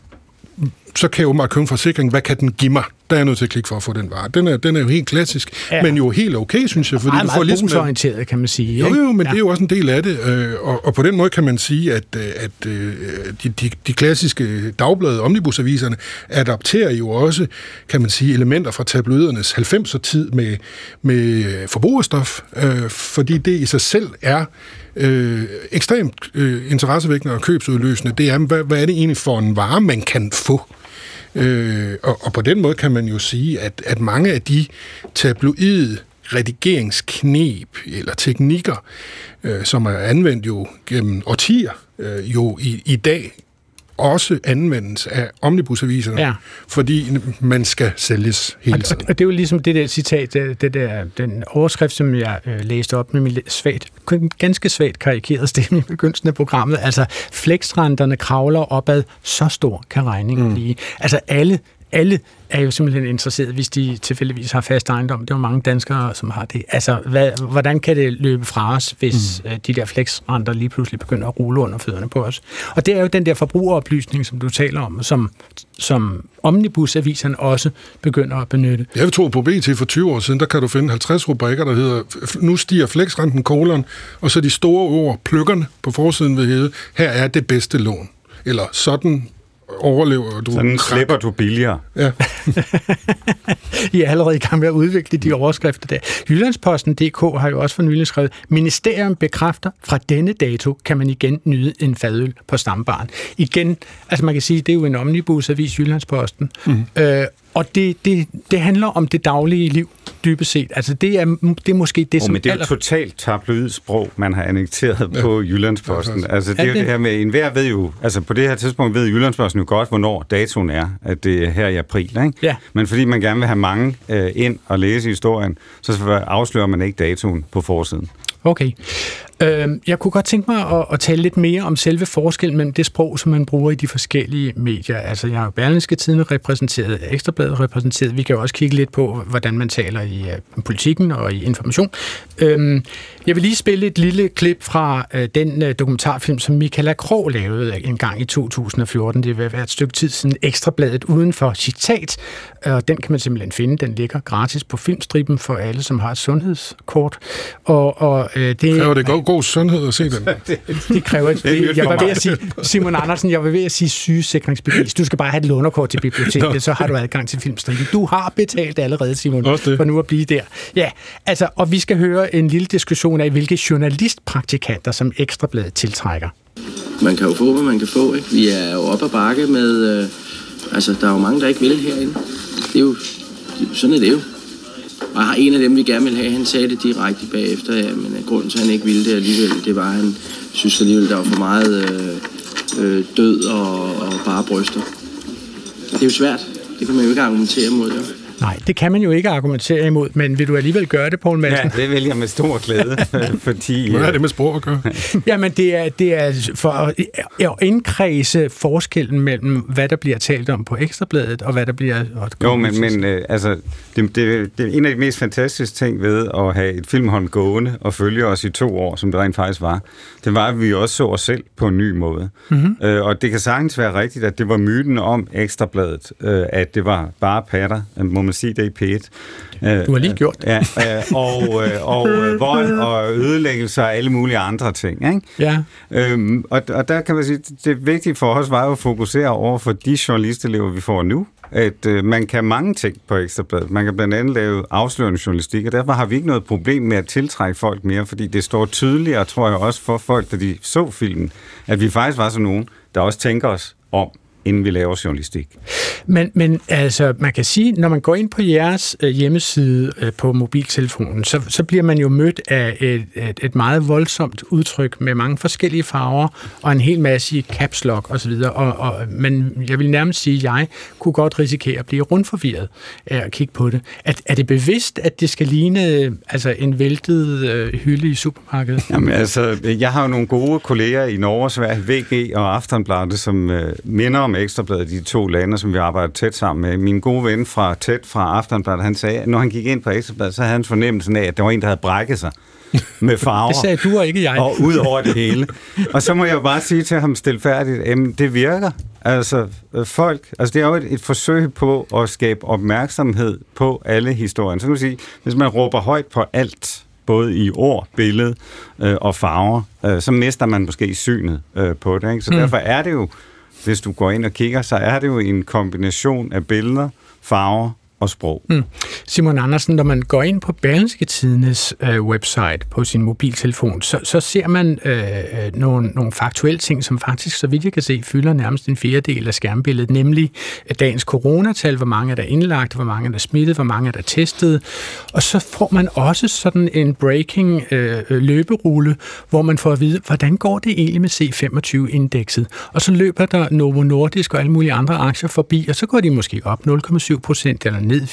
så kan jeg jo meget købe en forsikring. Hvad kan den give mig? Der er jeg nødt til at klikke for at få den vare. Den er jo helt klassisk, men jo helt okay, synes jeg. Fordi meget, meget brugsorienteret, kan man sige. Jo, men det er jo også en del af det. Og på den måde kan man sige, at de klassiske dagblade, omnibusaviserne, adapterer jo også, kan man sige, elementer fra tabloidernes 90'er-tid med forbrugerstof, fordi det i sig selv er ekstremt interessevækkende og købsudløsende. Det er, hvad er det egentlig for en vare, man kan få? Og på den måde kan man jo sige, at mange af de tabloide redigeringsknep eller teknikker, som er anvendt jo gennem årtier, jo i dag også anvendes af omnibusaviserne, fordi man skal sælges hele tiden. Og det er jo ligesom det der citat, den overskrift, som jeg læste op med min ganske svagt karikerede stemme i begyndelsen af programmet. Altså, flexrenterne kravler opad, så stor kan regningen blive. Altså, alle er jo simpelthen interesseret, hvis de tilfældigvis har fast ejendom. Det er jo mange danskere, som har det. Altså, hvordan kan det løbe fra os, hvis de der flexrenter lige pludselig begynder at rulle under fødderne på os? Og det er jo den der forbrugeroplysning, som du taler om, som omnibusaviserne også begynder at benytte. Jeg tror på BT for 20 år siden, der kan du finde 50 rubrikker, der hedder, nu stiger flexrenten, og så de store ord, pløkkerne på forsiden vil hedde, her er det bedste lån. Eller sådan overlever du. Sådan slipper du billigere. Ja. I er allerede i gang med at udvikle de overskrifter der. Jyllandsposten.dk har jo også for nylig skrevet, ministerium bekræfter, fra denne dato kan man igen nyde en fadøl på Stambaren. Igen, altså man kan sige, det er jo en omnibusavis, Jyllandsposten. Og det handler om det daglige liv, dybest set. Altså det er måske det, som... Men det er jo totalt tabloidsprog, man har annekteret på Jyllandsposten. Altså det er jo det her med, enhver ved jo, altså på det her tidspunkt ved Jyllandsposten jo godt, hvornår datoen er, at det er her i april, ikke? Ja. Men fordi man gerne vil have mange ind og læse historien, så afslører man ikke datoen på forsiden. Okay. Jeg kunne godt tænke mig at tale lidt mere om selve forskellen mellem det sprog, som man bruger i de forskellige medier. Altså, jeg har jo Berlingske Tidende repræsenteret, Ekstrabladet repræsenteret. Vi kan jo også kigge lidt på, hvordan man taler i Politikken og i Information. Jeg vil lige spille et lille klip fra den dokumentarfilm, som Michaela Krog lavede en gang i 2014. Det vil være et stykke tid siden. Ekstrabladet uden for citat. Og den kan man simpelthen finde. Den ligger gratis på Filmstriben for alle, som har et sundhedskort. Kræver det god sundhed at se den? Det kræver jeg var ved at sige, Simon Andersen, jeg var ved at sige sygesikringsbevis. Du skal bare have et lånerkort til biblioteket, så har du adgang til Filmstriben. Du har betalt allerede, Simon, for nu at blive der. Ja, altså, og vi skal høre en lille diskussion af, hvilke journalistpraktikanter, som Ekstrabladet tiltrækker. Man kan jo få, hvad man kan få, ikke? Vi er jo oppe ad bakke med... altså, der er jo mange, der ikke vil herinde. Det er jo... Sådan er det jo. Og en af dem, vi gerne vil have, han sagde det direkte bagefter, ja, men grunden til, at han ikke ville det alligevel, det var, at han synes alligevel, der var for meget død og bare bryster. Det er jo svært. Det kan man jo ikke argumentere mod, jo. Nej, det kan man jo ikke argumentere imod, men vil du alligevel gøre det, Poul Madsen? Ja, det vil jeg med stor glæde, fordi... Hvad er det med sprog at gøre? Jamen, det er for at indkredse forskellen mellem, hvad der bliver talt om på Ekstrabladet, og hvad der bliver... Jo, men altså, det er en af de mest fantastiske ting ved at have et filmhold gående og følge os i 2 år, som det rent faktisk var. Det var, at vi også så os selv på en ny måde. Mm-hmm. Og det kan sagtens være rigtigt, at det var myten om Ekstrabladet, at det var bare patter, må man sige det i P1. Du har lige gjort det. Og vold og ødelæggelser og alle mulige andre ting. Ikke? Ja. Og der kan man sige, det vigtige for os var jo at fokusere over for de journalistelever, vi får nu, at man kan mange ting på Ekstrabladet. Man kan blandt andet lave afslørende journalistik, og derfor har vi ikke noget problem med at tiltrække folk mere, fordi det står tydeligere, tror jeg også for folk, da de så filmen, at vi faktisk var sådan nogen, der også tænker os om, inden vi laver journalistik. Men altså, man kan sige, når man går ind på jeres hjemmeside på mobiltelefonen, så bliver man jo mødt af et meget voldsomt udtryk med mange forskellige farver og en hel masse i caps lock osv. Men jeg vil nærmest sige, at jeg kunne godt risikere at blive rundforvirret af at kigge på det. Er det bevidst, at det skal ligne altså en væltet hylde i supermarkedet? Jamen altså, jeg har jo nogle gode kolleger i Norge og Sverige, VG og Aftonbladet, som minder om Ekstrabladet, de 2 lande, som vi arbejder tæt sammen med. Min gode ven fra Aftonbladet, han sagde, at når han gik ind på Ekstrabladet, så havde han fornemmelsen af, at der var en, der havde brækket sig med farver. Det sagde du og ikke jeg. Og ud over det hele. Og så må jeg jo bare sige til ham stilfærdigt, at det virker. Altså folk, altså det er jo et forsøg på at skabe opmærksomhed på alle historier. Så kan man sige, hvis man råber højt på alt, både i ord, billede og farver, så mister man måske synet på det. Ikke? Så derfor er det jo, hvis du går ind og kigger, så er det jo en kombination af billeder, farver og sprog. Simon Andersen, når man går ind på Berlingske Tidendes website på sin mobiltelefon, så ser man nogle faktuelle ting, som faktisk, så vidt jeg kan se, fylder nærmest en 1/4 af skærmbilledet, nemlig dagens coronatal, hvor mange er der indlagt, hvor mange er der smittet, hvor mange er der testet. Og så får man også sådan en breaking løberulle, hvor man får at vide, hvordan går det egentlig med C25-indekset. Og så løber der Novo Nordisk og alle mulige andre aktier forbi, og så går de måske op 0,7% eller ned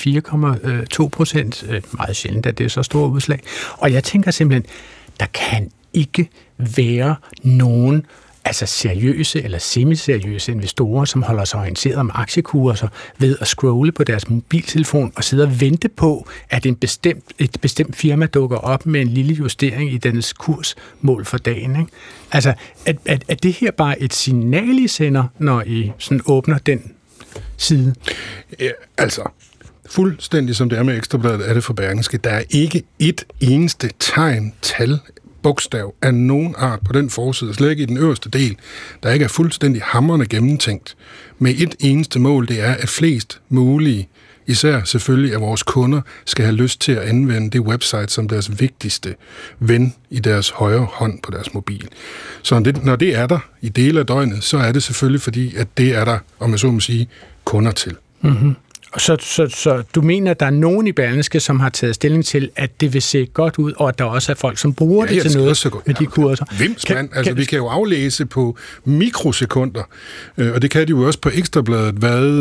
4,2%. Meget sjældent, at det er så store udslag. Og jeg tænker simpelthen, der kan ikke være nogen altså seriøse eller semiseriøse investorer, som holder sig orienteret om aktiekurser ved at scrolle på deres mobiltelefon og sidde og vente på, at et bestemt firma dukker op med en lille justering i dens kursmål for dagen. Ikke? Altså, er det her bare et signal, I sender, når I sådan åbner den side? Ja, altså, fuldstændig som det er med Ekstrabladet, er det for Berlingske. Der er ikke et eneste tegn, tal, bogstav af nogen art på den forside, slet ikke i den øverste del, der ikke er fuldstændig hamrende gennemtænkt. Med et eneste mål, det er, at flest mulige, især selvfølgelig af vores kunder, skal have lyst til at anvende det website som deres vigtigste ven i deres højre hånd på deres mobil. Så når det er der i dele af døgnet, så er det selvfølgelig fordi, at det er der, om jeg så må sige, kunder til. Mm-hmm. Så du mener, at der er nogen i Berlingske, som har taget stilling til, at det vil se godt ud, og at der også er folk, som bruger det til noget med de kurser? Vimsmand, altså vi kan jo aflæse på mikrosekunder, og det kan de jo også på Ekstrabladet,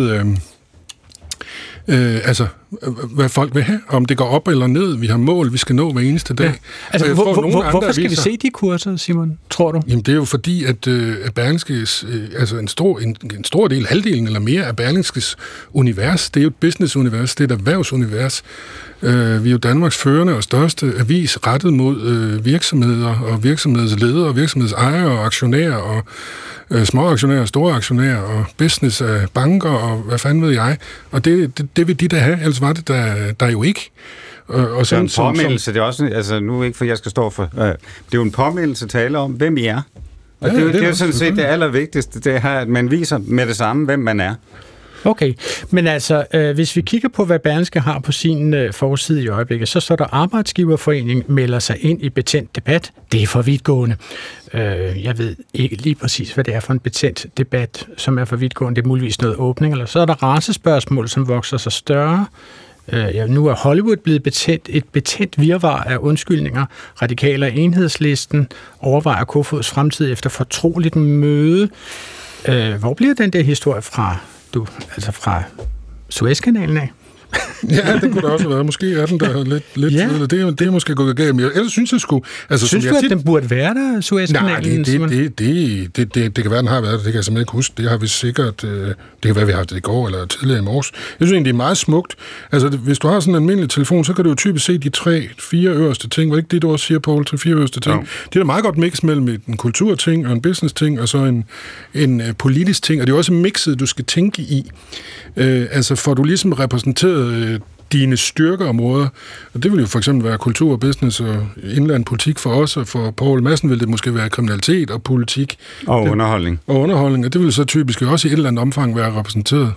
hvad folk vil have, om det går op eller ned. Vi har mål, vi skal nå hver eneste dag. Ja. Altså, hvorfor skal vi se de kurser, Simon, tror du? Jamen, det er jo fordi, at Berlingskes, altså en stor del, halvdelen eller mere af Berlingskes univers, det er jo et business-univers, det er et erhvervsunivers. Vi er jo Danmarks førende og største avis rettet mod virksomheder og virksomhedsledere og virksomhedsejere og aktionærer og små aktionærer og store aktionærer og business af banker og hvad fanden ved jeg. Og det vil de da have, ellers var det der jo ikke. Og sådan, det er en påmeldelse, det er også, altså nu ikke for jeg skal stå for, det er jo en påmeldelse at tale om, hvem I er. Og ja, det er jo sådan set det allervigtigste, det er, at man viser med det samme, hvem man er. Okay, men altså, hvis vi kigger på, hvad Berlingske har på sin forside i øjeblikket, så står der Arbejdsgiverforening melder sig ind i betændt debat. Det er for vidtgående. Jeg ved ikke lige præcis, hvad det er for en betændt debat, som er for vidtgående. Det er muligvis noget åbning. Eller så er der racespørgsmål, som vokser sig større. Nu er Hollywood blevet et betændt virvar af undskyldninger. Radikale og Enhedslisten overvejer Kofods fremtid efter fortroligt møde. Hvor bliver den der historie fra? Altså fra Suezkanalen af? Ja, det kunne da også være. Måske er den der lidt ja. Det er måske gået galt. Men ellers synes jeg sgu... Altså, synes du, at den burde være der, Suezkanalen? Nej, det kan være, den har været der. Det kan jeg simpelthen ikke huske. Det har vi sikkert... Det kan være, vi har haft det i går eller tidligere i morges. Jeg synes egentlig, det er meget smukt. Altså, hvis du har sådan en almindelig telefon, så kan du jo typisk se de 3-4 øverste ting. Var det ikke det, du også siger, Poul? 3-4 øverste ting. No. Det er da meget godt mix mellem en kulturting og en business-ting, og så en politisk ting. Og det er også mixet, du skal tænke i. Altså, får du ligesom repræsenteret dine styrkeområder, og det vil jo for eksempel være kultur og business og indland politik for os, og for Poul Madsen vil det måske være kriminalitet og politik. Og underholdning. Og det vil så typisk også i et eller andet omfang være repræsenteret.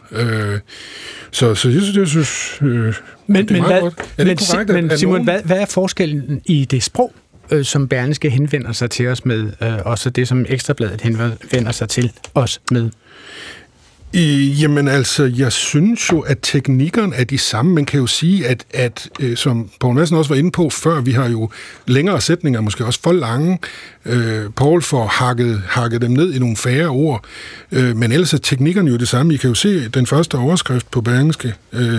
Så jeg synes, det er meget godt. Er det korrekt, men Simon, hvad er forskellen i det sprog, som Berlingske henvender sig til os med, og så det, som Ekstrabladet henvender sig til os med? Jamen altså, jeg synes jo, at teknikkerne er de samme. Man kan jo sige, at som Poul Madsen også var inde på før, vi har jo længere sætninger, måske også for lange. Poul får hakket dem ned i nogle færre ord. Men ellers er teknikkerne jo det samme. I kan jo se den første overskrift på Berlingske,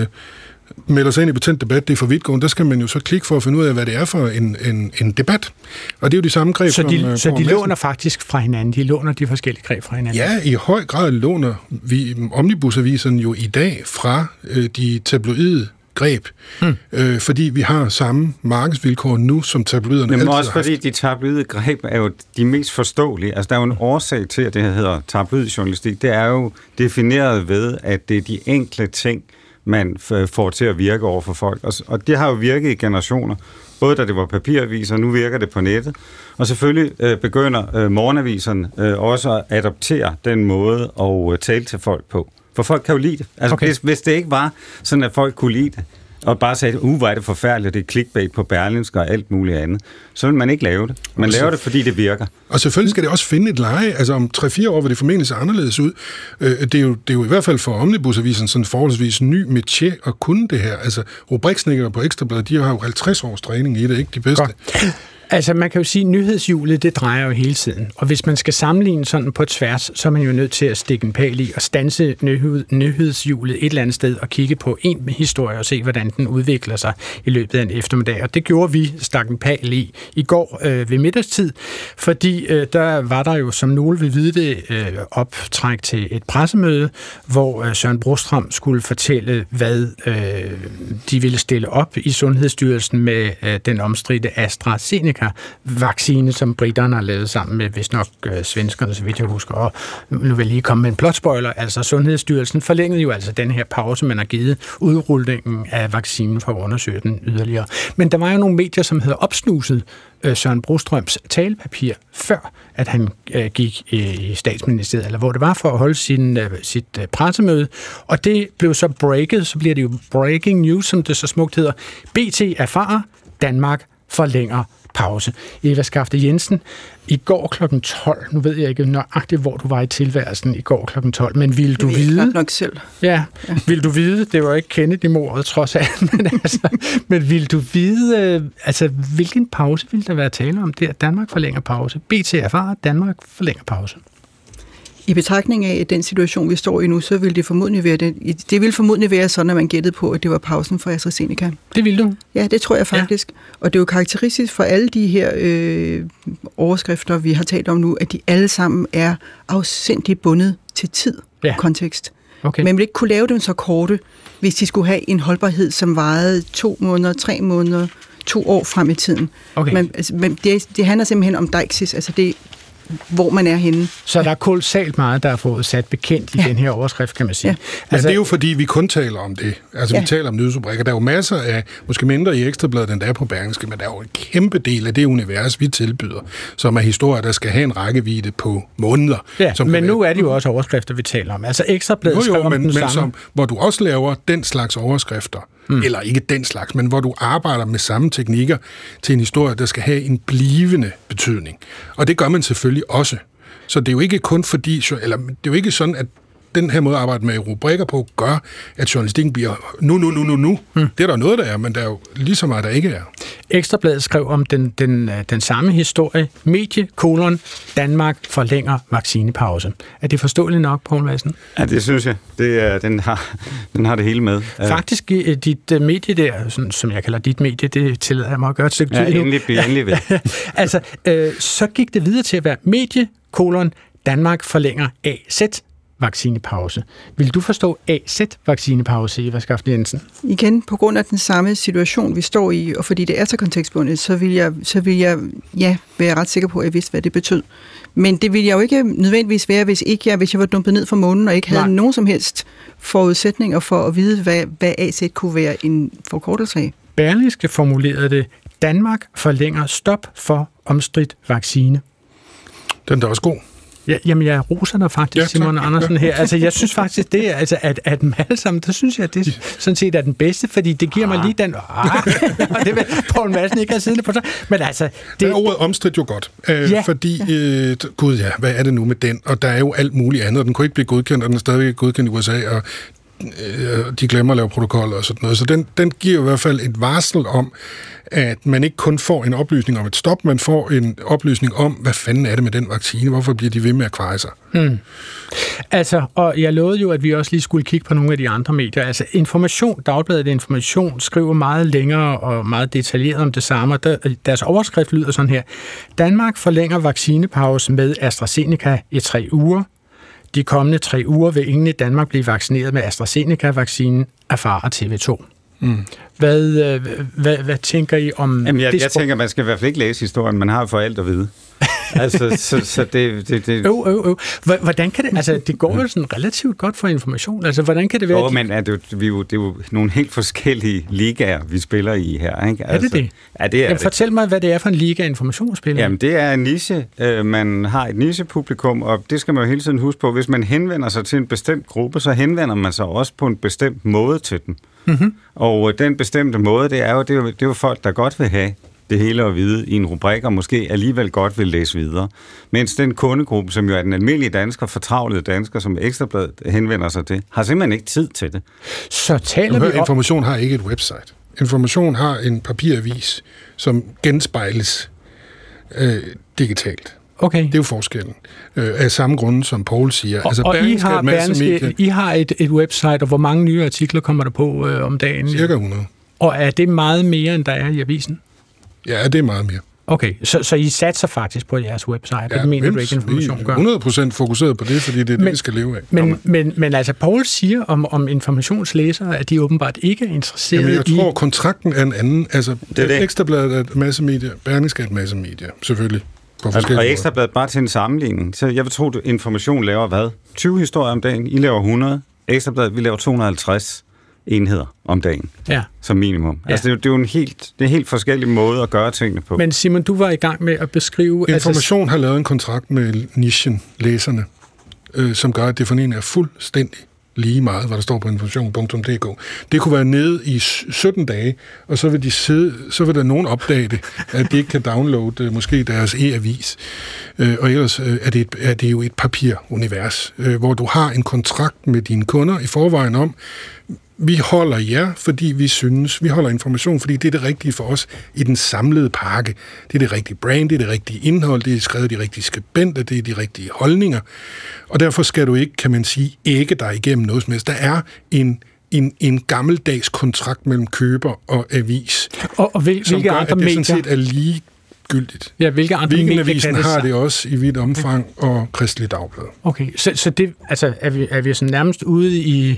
melder sig ind i betændt debat, det er for vidtgående, der skal man jo så klikke for at finde ud af, hvad det er for en debat. Og det er jo de samme greb, så de låner faktisk fra hinanden? De låner de forskellige greb fra hinanden? Ja, i høj grad låner vi omnibusaviserne jo i dag fra de tabloide greb, fordi vi har samme markedsvilkår nu, som tabloiderne altid har haft. Også fordi de tabloide greb er jo de mest forståelige. Altså, der er jo en årsag til, at det her hedder tabloid journalistik. Det er jo defineret ved, at det er de enkle ting, man får til at virke over for folk. Og det har jo virket i generationer. Både da det var papiraviser, nu virker det på nettet. Og selvfølgelig begynder morgenaviserne også at adoptere den måde at tale til folk på. For folk kan jo lide det. Altså, okay. Hvis det ikke var sådan, at folk kunne lide det, og bare sagde, hvor er det forfærdeligt, det er clickbait på Berlingske og alt muligt andet, så vil man ikke lave det. Man laver det, fordi det virker. Og selvfølgelig skal det også finde et leje. Altså om 3-4 år vil det formentlig se anderledes ud. Det er jo i hvert fald for Omnibusavisen sådan forholdsvis ny métier at kunne det her. Altså rubriksnikkere på Ekstrabladet, de har jo 50 års træning i det, ikke de bedste. Godt. Altså, man kan jo sige, at nyhedshjulet, det drejer jo hele tiden. Og hvis man skal sammenligne sådan på tværs, så er man jo nødt til at stikke en pæl i og standse nyhedshjulet et eller andet sted og kigge på en historie og se, hvordan den udvikler sig i løbet af en eftermiddag. Og det gjorde vi, stak en pæl i går ved middagstid, fordi der var der jo, som nogle vil vide det, optræk til et pressemøde, hvor Søren Brostrøm skulle fortælle, hvad de ville stille op i Sundhedsstyrelsen med den omstridte AstraZeneca-vaccine, som briterne har lavet sammen med, hvis nok svenskerne, så vidt jeg husker. Og nu vil jeg lige komme med en plotspoiler. Altså, Sundhedsstyrelsen forlængede jo altså den her pause, man har givet udrullingen af vaccinen for at undersøge den yderligere. Men der var jo nogle medier, som havde opsnuset Søren Brostrøms talepapir, før at han gik i statsministeriet, eller hvor det var for at holde sit pressemøde. Og det blev så breaket, så bliver det jo breaking news, som det så smukt hedder. BT erfarer, Danmark forlænger pause. Eva Skafte Jensen, i går kl. 12, nu ved jeg ikke nøjagtigt, hvor du var i tilværelsen i går kl. 12, men ville du vide... nok selv. Ja, ville du vide, det var ikke Kennedy-mordet trods alt, men ville du vide, altså hvilken pause ville der være tale om der? Danmark forlænger pause. BT erfarer, Danmark forlænger pause. I betragtning af den situation, vi står i nu, så vil det formodentlig være det vil formodentlig være sådan, at man gættede på, at det var pausen for AstraZeneca. Det ville du? Ja, det tror jeg faktisk. Ja. Og det er jo karakteristisk for alle de her overskrifter, vi har talt om nu, at de alle sammen er afsindigt bundet til tid og kontekst. Okay. Man vil ikke kunne lave dem så korte, hvis de skulle have en holdbarhed, som varede 2 måneder, 3 måneder, 2 år frem i tiden. Okay. Men det handler simpelthen om Deixis, altså det hvor man er henne. Så der er kolossalt meget, der er fået sat bekendt i den her overskrift, kan man sige. Ja. Men det er jo fordi, vi kun taler om det. Altså, vi taler om nyhedsrubrikker. Der er jo masser af, måske mindre i Ekstrabladet, end der er på Berlingske, men der er jo en kæmpe del af det univers, vi tilbyder, som er historier, der skal have en rækkevidde på måneder. Ja, men nu er det jo også overskrifter, vi taler om. Altså, Ekstrabladet skrev om den samme. Hvor du også laver den slags overskrifter, eller ikke den slags, men hvor du arbejder med samme teknikker til en historie, der skal have en blivende betydning. Og det gør man selvfølgelig også. Så det er jo ikke kun fordi, eller det er jo ikke sådan, at den her måde at arbejde med rubrikker på, gør, at journalistikken bliver nu. Det er der noget, der er, men der er jo lige så meget, der ikke er. Ekstrabladet skrev om den samme historie. Medie, Danmark forlænger vaccinepause. Er det forståeligt nok, Poul Madsen? Ja, det synes jeg. Den har det hele med. Faktisk, dit medie der, som jeg kalder dit medie, det tillader jeg mig at gøre et stykke tid nu. Endelig ved. Altså, så gik det videre til at være medie, Danmark forlænger AZ vaccinepause. Vil du forstå AZ-vaccinepause, Eva Skafte Jensen? Igen, på grund af den samme situation, vi står i, og fordi det er så kontekstbundet, så vil jeg være ret sikker på, at jeg vidste, hvad det betød. Men det ville jeg jo ikke nødvendigvis være, hvis jeg var dumpet ned fra månen, og ikke havde nogen som helst forudsætninger for at vide, hvad AZ kunne være en forkortelse af. Berlingske formulerede det: Danmark forlænger stop for omstridt vaccine. Den er også god. Ja, jamen, jeg roser dig faktisk, Simon Andersen her. Altså, jeg synes faktisk, det er, altså, at dem alle sammen, der synes jeg, at det sådan set er den bedste, fordi det giver mig lige den... og det vil Poul Madsen ikke have siddende på sig. Men altså... Det er ordet omstridt jo godt, fordi... hvad er det nu med den? Og der er jo alt muligt andet, og den kunne ikke blive godkendt, og den er stadigvæk godkendt i USA, og de glemmer at lave protokoller og sådan noget. Så den giver i hvert fald et varsel om, at man ikke kun får en oplysning om et stop, man får en oplysning om, hvad fanden er det med den vaccine, hvorfor bliver de ved med at kveje sig. Altså, og jeg lovede jo, at vi også lige skulle kigge på nogle af de andre medier. Altså, Dagbladet Information skriver meget længere og meget detaljeret om det samme. Deres overskrift lyder sådan her: Danmark forlænger vaccinepause med AstraZeneca i 3 uger. De kommende 3 uger vil ingen i Danmark blive vaccineret med AstraZeneca-vaccinen, erfarer TV2. Hvad tænker I om det? Jeg tænker, man skal i hvert fald ikke læse historien, man har for alt at vide. Altså, så det... Hvordan kan det... Altså, det går jo sådan relativt godt for information. Altså, hvordan kan det være... men det er jo nogle helt forskellige ligaer, vi spiller i her, ikke? Altså, er det? Ja, det er det. Fortæl mig, hvad det er for en liga, information spiller. Jamen, det er en niche. Man har et nichepublikum, og det skal man jo hele tiden huske på. Hvis man henvender sig til en bestemt gruppe, så henvender man sig også på en bestemt måde til den. Mm-hmm. Og den bestemte måde, det er jo folk, der godt vil have det hele at vide i en rubrik, og måske alligevel godt vil læse videre. Mens den kundegruppe, som jo er den almindelige dansker, fortravlede dansker, som Ekstrabladet henvender sig til, har simpelthen ikke tid til det. Så taler vi om... Information har ikke et website. Information har en papiravis, som genspejles digitalt. Okay. Det er jo forskellen. Af samme grunde, som Poul siger. Og I har et website, og hvor mange nye artikler kommer der på om dagen? Cirka 100. Og er det meget mere, end der er i avisen? Ja, det er meget mere. Okay, så I satser faktisk på jeres website? Ja, det mener du ikke, Information gør? 100% fokuseret på det, fordi det er det, vi skal leve af. Men altså, Poul siger om informationslæsere, at de åbenbart ikke er interesseret i... Jeg tror, kontrakten er en anden. Altså, Ekstrabladet er et masse medier, Berlingske er et masse medier, selvfølgelig. Og Ekstrabladet bare til en sammenligning. Så jeg vil tro, at Information laver hvad? 20 historier om dagen. I laver 100. Ekstrabladet, vi laver 250 enheder om dagen. Ja. Som minimum. Ja. Altså, det er jo en helt forskellig måde at gøre tingene på. Men Simon, du var i gang med at beskrive... Information har lavet en kontrakt med nichen, læserne, som gør, at det for en er fuldstændig lige meget, hvad der står på information.dk. Det kunne være nede i 17 dage, og så vil der nogen opdage det, at de ikke kan downloade måske deres e-avis. Og ellers er det jo et papirunivers, hvor du har en kontrakt med dine kunder i forvejen om, vi holder jer, fordi vi holder information, fordi det er det rigtige for os i den samlede pakke. Det er det rigtige brand, det er det rigtige indhold, det er skrevet de rigtige skribenter, det er de rigtige holdninger. Og derfor skal du ikke, kan man sige, ægge dig igennem noget som helst. Der er en gammeldags kontrakt mellem køber og avis, og som gør, at det sådan set er ligegyldigt. Ja, hvilke andre Weekendavisen har det også i vidt omfang, og Kristelig Dagblad. Okay, så det, altså, er vi sådan nærmest ude i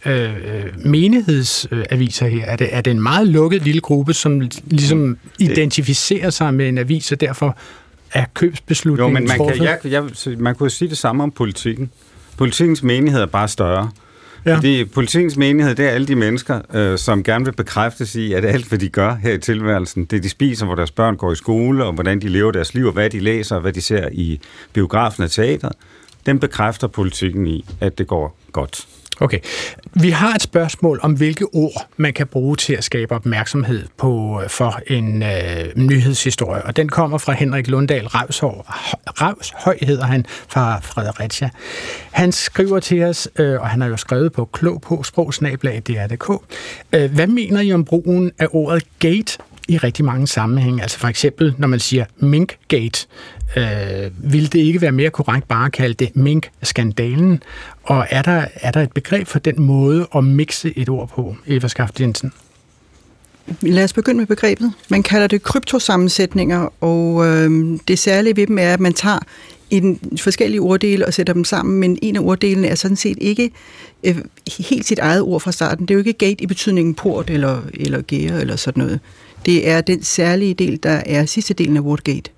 menighedsaviser her? Er det en meget lukket lille gruppe, som ligesom identificerer sig med en avis, og derfor er købsbeslutningen man kunne sige det samme om politikken. Politikens menighed er bare større. Ja. Fordi politikens menighed, det er alle de mennesker, som gerne vil bekræftes i, at alt, hvad de gør her i tilværelsen, det de spiser, hvor deres børn går i skole, og hvordan de lever deres liv, og hvad de læser, og hvad de ser i biografen og teateret, den bekræfter politikken i, at det går godt. Okay. Vi har et spørgsmål om, hvilke ord man kan bruge til at skabe opmærksomhed for en nyhedshistorie, og den kommer fra Henrik Lundahl Ravshøj, hedder han, fra Fredericia. Han skriver til os, og han har jo skrevet på klog på sprog@dr.dk. Hvad mener I om brugen af ordet gate i rigtig mange sammenhænge. Altså for eksempel, når man siger Minkgate, ville det ikke være mere korrekt bare at kalde det Mink-skandalen? Og er der et begreb for den måde at mixe et ord på, Eva Skafte Jensen? Lad os begynde med begrebet. Man kalder det kryptosammensætninger, og det særlige ved dem er, at man tager forskellige orddele og sætter dem sammen, men en af orddelene er sådan set ikke helt sit eget ord fra starten. Det er jo ikke gate i betydningen port eller gære eller sådan noget. Det er den særlige del, der er sidste delen af Watergate.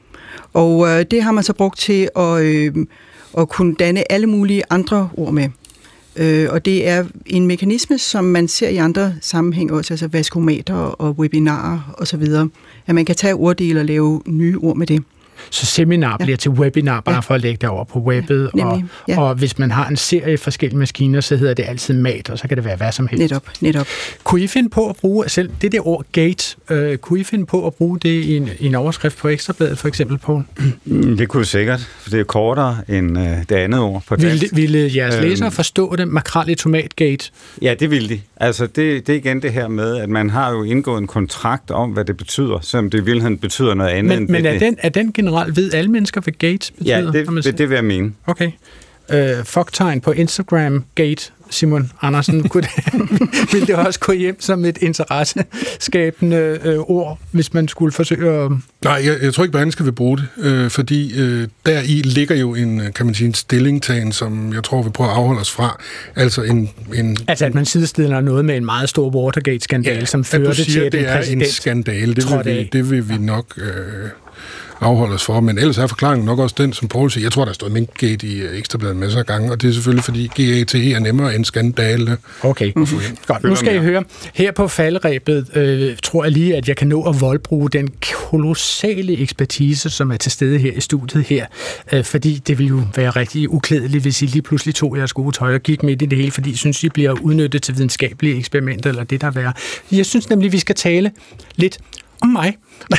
Og det har man så brugt til at kunne danne alle mulige andre ord med. Og det er en mekanisme, som man ser i andre sammenhæng også, altså vaskomater og webinarer osv., at man kan tage orddele og lave nye ord med det. Så seminar bliver til webinar, bare for at lægge det over på webbet. Ja, og hvis man har en serie forskellige maskiner, så hedder det altid mat, og så kan det være hvad som helst. Netop. Kunne I finde på at bruge, selv det der ord gate, kunne I finde på at bruge det i en overskrift på Ekstrabladet, for eksempel, på? Det kunne sikkert, for det er kortere end det andet ord på dansk. Ville jeres læsere forstå det? Makrel i tomatgate? Ja, det ville de. Altså, det er igen det her med, at man har jo indgået en kontrakt om, hvad det betyder, selvom det i virkeligheden betyder noget andet. Men er den generelt ved alle mennesker, hvad gate betyder? Ja, det vil jeg mene. Okay. Fucktegn på Instagram, gate, Simon Andersen, ville det også gå hjem som et interesseskabende ord, hvis man skulle forsøge at... Nej, jeg tror ikke, mennesker vil bruge det, fordi deri ligger jo en, kan man sige, en stillingtagen, som jeg tror, vi prøver at afholde os fra. Altså Altså, at man sidestiller noget med en meget stor Watergate-skandale, som førte til, at det er en skandale. Det vil vi nok... afholde os for, men ellers er forklaringen nok også den, som Poul siger. Jeg tror, der står Minkgate i Ekstrabladet masser af gange, og det er selvfølgelig, fordi GATE er nemmere end skandale. Okay, godt. Nu skal I høre. Her på falderæbet tror jeg lige, at jeg kan nå at voldbruge den kolossale ekspertise, som er til stede her i studiet her, fordi det vil jo være rigtig uklædeligt, hvis I lige pludselig tog jeres gode tøj og gik midt i det hele, fordi I synes, I bliver udnyttet til videnskabelige eksperimenter, eller det der værre. Jeg synes nemlig, vi skal tale lidt om mig.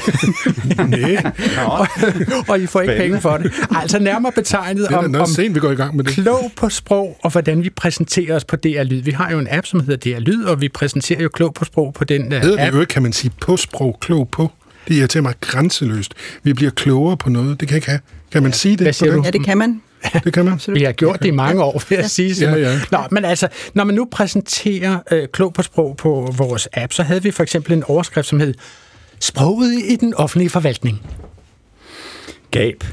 og I får ikke penge for det. Altså nærmere betegnet om sent, vi går i gang med det. Klog på sprog, og hvordan vi præsenterer os på DR Lyd. Vi har jo en app, som hedder DR Lyd, og vi præsenterer jo klog på sprog på den app. Det jo, kan man sige på sprog, klog på. Det irriterer mig grænseløst. Vi bliver klogere på noget. Det kan jeg ikke have. Kan man sige det? Hvad siger du? Ja, det kan man. Det kan man. Vi har gjort det i mange år, vil jeg sige. Ja. Nå, men altså, når man nu præsenterer klog på sprog på vores app, så havde vi for eksempel en overskrift, som hed Sproget i den offentlige forvaltning. Gab.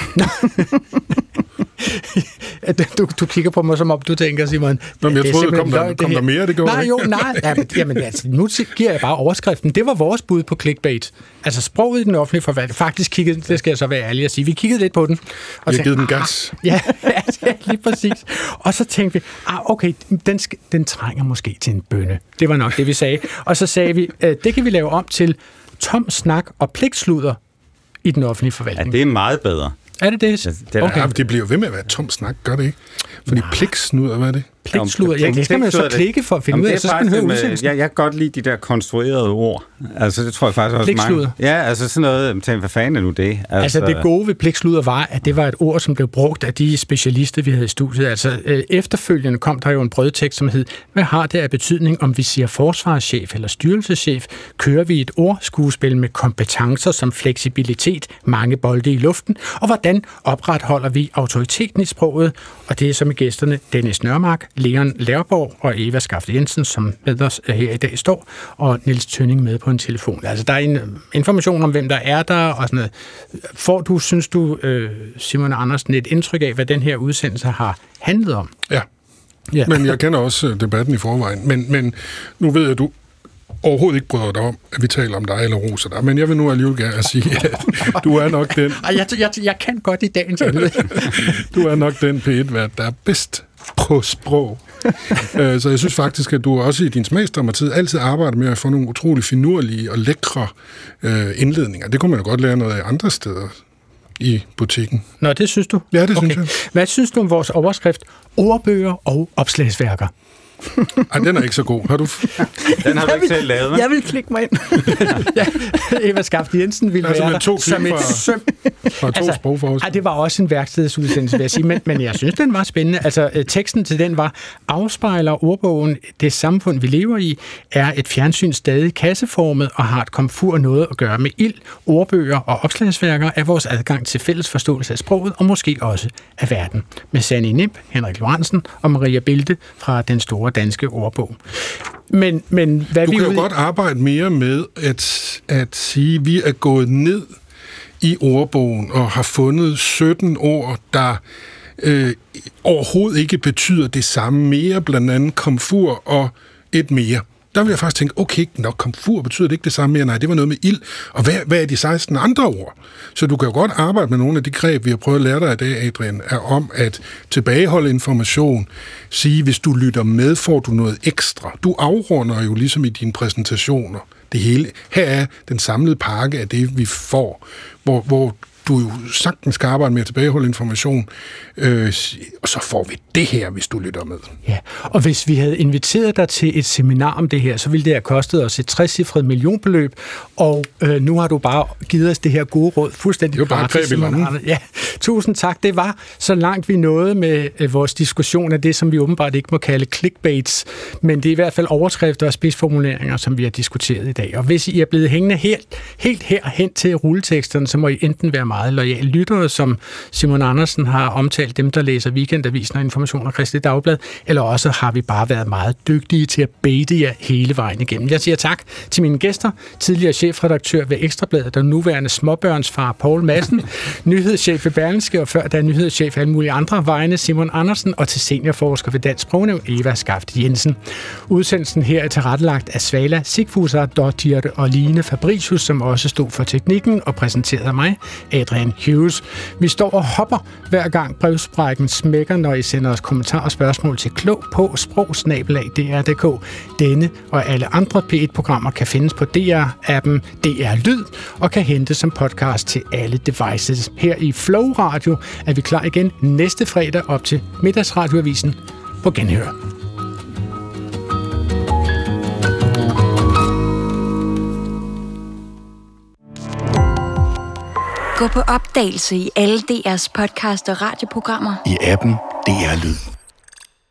Du kigger på mig, som om du tænker, Simon... Nå, men jeg troede, kom der mere, det går ikke. Jamen, altså, nu giver jeg bare overskriften. Det var vores bud på clickbait. Altså, sproget i den offentlige forvaltning. Faktisk kiggede, det skal jeg så være ærlig at sige, vi kiggede lidt på den. Og vi har givet den gas. Ja, lige præcis. Og så tænkte vi, okay, den trænger måske til en bønne. Det var nok det, vi sagde. Og så sagde vi, det kan vi lave om til tom snak og pligtsludder i den offentlige forvaltning. Ja, det er meget bedre. Er det det? Okay. Ja, det bliver jo ved med at være tom snak, gør det ikke? Fordi pligtsnudder, hvad er det? Pligtsluder, ja, det skal man jo så klikke for at finde ud af, så skal man høre udsendelsen. Jeg kan godt lide de der konstruerede ord. Altså, det tror jeg faktisk også mange... Ja, altså sådan noget, hvad fanden er nu det? Altså, det gode ved pligtsluder var, at det var et ord, som blev brugt af de specialister, vi havde i studiet. Altså, efterfølgende kom der jo en brødtekst, som hed, hvad har det af betydning, om vi siger forsvarschef eller styrelseschef? Kører vi et ordskuespil med kompetencer som fleksibilitet, mange bolde i luften? Og hvordan opretholder vi autoriteten i sproget? Og det er så med gæsterne Dennis Nørmark, Leon Lerborg og Eva Skafte Jensen, som med os her i dag står, og Niels Tønning med på en telefon. Altså, der er en information om, hvem der er der, og sådan noget. Synes du, Simon Andersen, et indtryk af, hvad den her udsendelse har handlet om? Ja. Men jeg kender også debatten i forvejen. Men nu ved jeg, at du overhovedet ikke bryder dig om, at vi taler om dig eller roser dig. Men jeg vil nu alligevel gerne sige, at du er nok den... Jeg kan godt i dagens anledning. Du er nok den P1-vært, der er bedst på sprog. Så jeg synes faktisk, at du også i din smagsdommertid altid arbejder med at få nogle utrolig finurlige og lækre indledninger. Det kunne man jo godt lære noget af andre steder i butikken. Nå, det synes du? Ja, det synes jeg. Hvad synes du om vores overskrift? Ordbøger og opslagsværker. Ej, den er ikke så god. Har du? Den har du ikke selv lavet, Jeg vil klikke mig ind. Ja, Eva Skafte Jensen ville være der som et søm Og 2 sprogforskere. Det var også en værkstedsudsendelse, vil jeg sige, men jeg synes, den var spændende. Altså, teksten til den var, afspejler ordbogen det samfund, vi lever i, er et fjernsyn stadig kasseformet og har et komfur noget at gøre med ild, ordbøger og opslagsværker af vores adgang til fælles forståelse af sproget og måske også af verden. Med Sanne Nimb, Henrik Lorentzen og Maria Bilde fra Den Store Danske Ordbog. Men hvad du kan jo godt arbejde mere med at sige, at vi er gået ned i ordbogen og har fundet 17 ord, der overhovedet ikke betyder det samme mere, blandt andet komfur og et mere. Der vil jeg faktisk tænke, okay, nok komfur betyder det ikke det samme mere. Nej, det var noget med ild. Og hvad er de 16 andre ord? Så du kan jo godt arbejde med nogle af de greb, vi har prøvet at lære dig i dag, Adrian, er om at tilbageholde information. Sige, hvis du lytter med, får du noget ekstra. Du afrunder jo ligesom i dine præsentationer det hele. Her er den samlede pakke af det, vi får, hvor du jo sagtens skal arbejde med at tilbageholde information, og så får vi det her, hvis du lytter med. Ja, og hvis vi havde inviteret dig til et seminar om det her, så ville det have kostet os et 60-cifret millionbeløb, og nu har du bare givet os det her gode råd fuldstændig gratis. Det var bare greb i ja, tusind tak. Det var så langt vi nåede med vores diskussion af det, som vi åbenbart ikke må kalde clickbaits, men det er i hvert fald overskrifter og spidsformuleringer, som vi har diskuteret i dag. Og hvis I er blevet hængende helt herhen til rulleteksterne, så må I enten være meget loyale lyttere, som Simon Andersen har omtalt, dem der læser Weekendavisen og Information og Kristeligt Dagblad, eller også har vi bare været meget dygtige til at baite jer hele vejen igennem. Jeg siger tak til mine gæster, tidligere chefredaktør ved Ekstrabladet og nuværende småbørnsfar Poul Madsen, nyhedschef ved Berlingske og før da nyhedschef alle mulige andre vegne Simon Andersen, og til seniorforsker ved Dansk Sprognævn Eva Skaft Jensen. Udsendelsen her er tilrettelagt af Svala Sigfusar, Dottir og Line Fabricius, som også stod for teknikken og præsenterede mig, Adrian Hughes. Vi står og hopper hver gang brevsprækken smækker, når I sender os kommentarer og spørgsmål til klog på sprog@dr.dk. Denne og alle andre P1-programmer kan findes på DR-appen DR Lyd og kan hentes som podcast til alle devices. Her i Flow Radio er vi klar igen næste fredag op til Middagsradioavisen på genhør. Gå på opdagelse i alle DR's podcast og radioprogrammer. I appen DR Lyd.